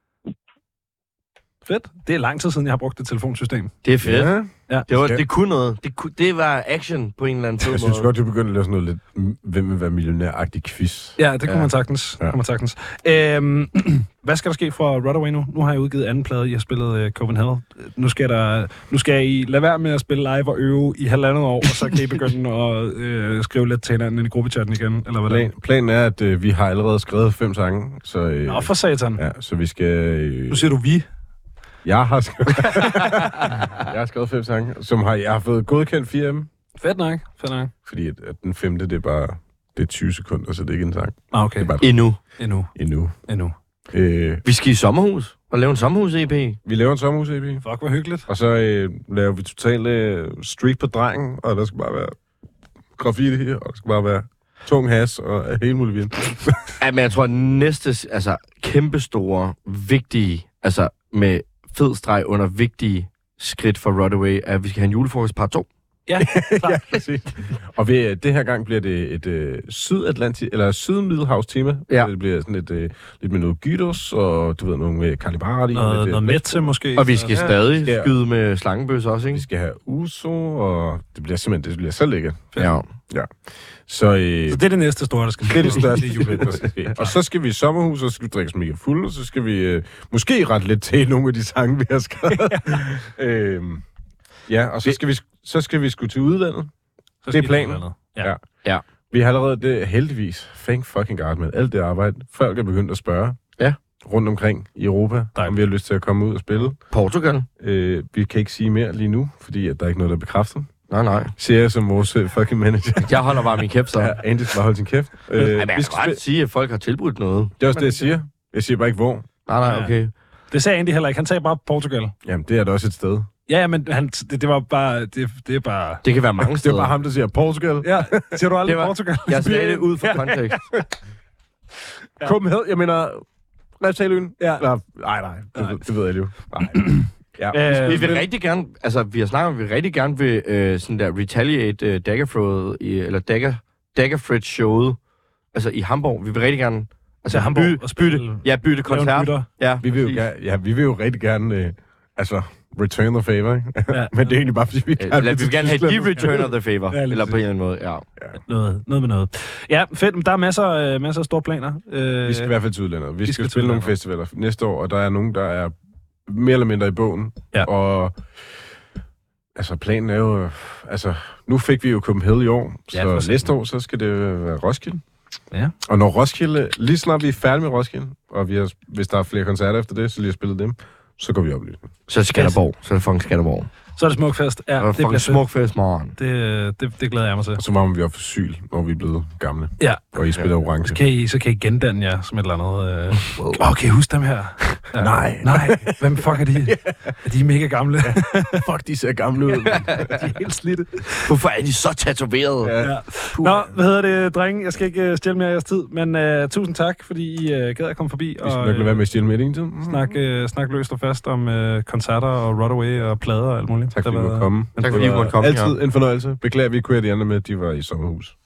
Fedt. Det er lang tid siden, jeg har brugt det telefonsystem. Det er fedt. Ja. Ja. Det, var, det kunne noget. Det, kunne, det var action på en eller anden fed Jeg synes måde. godt, du begyndte at lave sådan noget lidt, mm, hvem vil være millionær-agtig quiz. Ja, det kunne Ja. man sagtens. Ja. Ja. Kunne man sagtens. Øhm, hvad skal der ske for Runaway nu? Nu har jeg udgivet anden plade. Jeg har spillet uh, Copenhagen. Nu skal, der, nu skal I lade være med at spille live og øve i halvandet år, og så kan I begynde at øh, skrive lidt til hinanden i gruppechatten igen, eller hvad Plan, planen er, at øh, vi har allerede skrevet fem sange, så, øh, Nå, for satan. ja, så vi skal... Øh, Nu siger du vi. jeg har skrevet, jeg har skrevet fem sange, som har, jeg har fået godkendt fire af dem, Fedt nok. Fedt nok. fordi at, at den femte, det er bare det er tyve sekunder, så det er ikke en sang. Ah, okay. Det er bare Endnu. Endnu. endnu. Endnu. Øh, Vi skal i sommerhus og lave en sommerhus-E P. vi laver en sommerhus-E P, Fuck, hvor hyggeligt. og så øh, laver vi totalt øh, streak på drengen, og der skal bare være graffiti her, og der skal bare være tung has og hele muligt vind. Ja, men jeg tror, at næste, altså kæmpestore, vigtige, altså med fed streg under vigtige skridt for Runaway, er, at vi skal have en julefrokost part to. Ja, klar. Ja, præcis. Og ved, det her gang bliver det et øh, sydatlanti eller sydmiddelhavs-tema. Ja. Det bliver sådan et, øh, lidt med noget gyros, og du ved, nogle med Calibari. Noget, noget med til måske. Og vi skal Ja, stadig ja. skyde med slangebøs også, Vi ikke? skal have uso, og det bliver simpelthen det bliver så lækkert. Ja. Ja. Så, øh, Så det er det næste store, der skal det er det største Det er jubilæum, der skal ske. Og så skal vi i sommerhus, og så skal vi drikke mega fuld, og så skal vi øh, måske rette lidt til nogle af de sange, vi har skrevet. øhm, ja, og så skal vi, så skal vi sgu til udlandet. Så det er skal planen. noget andet. Ja. Ja. Ja. Vi har allerede det heldigvis, thank fucking god, med alt det arbejde. Folk er begyndt at spørge. Ja. rundt omkring i Europa, Der. om vi har lyst til at komme ud og spille. Portugal? Øh, vi kan ikke sige mere lige nu, fordi at der er ikke noget, der bekræfter. Nej, nej. Siger jeg som vores uh, fucking manager. Jeg holder bare min kæft, så. Ja, Andy skal bare holde sin kæft. Øh, Ej, men jeg vi kan skal godt spille... sige, at folk har tilbudt noget. Det er også det, jeg siger. Jeg siger bare ikke hvor. Nej, nej, okay. Det sagde Andy heller ikke. Han sagde bare Portugal. Jamen, det er da også et sted. Ja, men han, det, det var bare... Det, det er bare... Det kan være mange Det steder. er bare ham, der siger Portugal. Ja, siger du aldrig Det var- Portugal? Jeg sagde det ud fra kontekst. Ja. Copenhagen, jeg mener... Refsaløen? Ja. Eller, nej, nej, det, Nej. det ved jeg jo. Nej. Ja. Øh, Vi vil rigtig gerne, altså vi har snakket om, vi vil rigtig gerne vil øh, sådan der retaliate øh, Daggerford, i, eller Dagger, Daggerfred showet, altså i Hamburg. Vi vil rigtig gerne, altså Til Hamburg bytte, og spille- bytte, ja, bytte lave en koncert. bytter. Ja, Vi vil jo, præcis. gerne, ja, vi vil jo rigtig gerne, øh, altså, return the favor, ikke? Ja. Men det er egentlig bare, fordi vi Øh, gerne Eller vi vil gerne have Tyskland. de return of the favor, Ja, lige eller på en eller anden måde, ja. Noget, noget med noget. Ja, fedt. Men der er masser, øh, masser af store planer. Øh, Vi skal i hvert fald til udlandet. Vi, vi skal, skal til spille nogle udlandet. festivaler næste år, og der er nogen, der er mere eller mindre i bogen. Ja. Og altså, planen er jo... Altså, nu fik vi jo Copenhagen i år, Ja, så for næste eksempel. år, så skal det være Roskilde. Ja. Og når Roskilde, lige snart vi er færdige med Roskilde, og vi har, hvis der er flere koncerter efter det, så lige har spillet dem, så går vi op i det. Så er det Skanderborg, så er det fucking Skanderborg. Så er det Smukfest. Ja, Ja, det det bliver fucking fedt. smukfest, morgen. Det, det, det glæder jeg mig til. Og så varmer vi op for syl, når vi er blevet gamle. Ja. Og I spiller orange. Så kan I, så kan I gendanne jer som et eller andet... Øh... Åh, kan I huske dem her? Ja. Nej. Nej, hvem fuck er de? Er de mega gamle? Fuck, de ser gamle ud. de er helt slidte. Hvorfor er de så tatoveret? Ja. Ja. Nå, hvad hedder det, drenge? Jeg skal ikke uh, stjæle mere af jeres tid, men uh, tusind tak, fordi I uh, gad at komme forbi Vi skal og nok lade være med at stjæle med din tid. snak, uh, snak løst og fast om uh, koncerter og Rodaway og plader og alt muligt. Tak fordi Det du var- måtte komme. Tak fordi I måtte komme, Altid ja. en fornøjelse. Beklager, vi ikke kunne have de andre med, de var i sommerhus.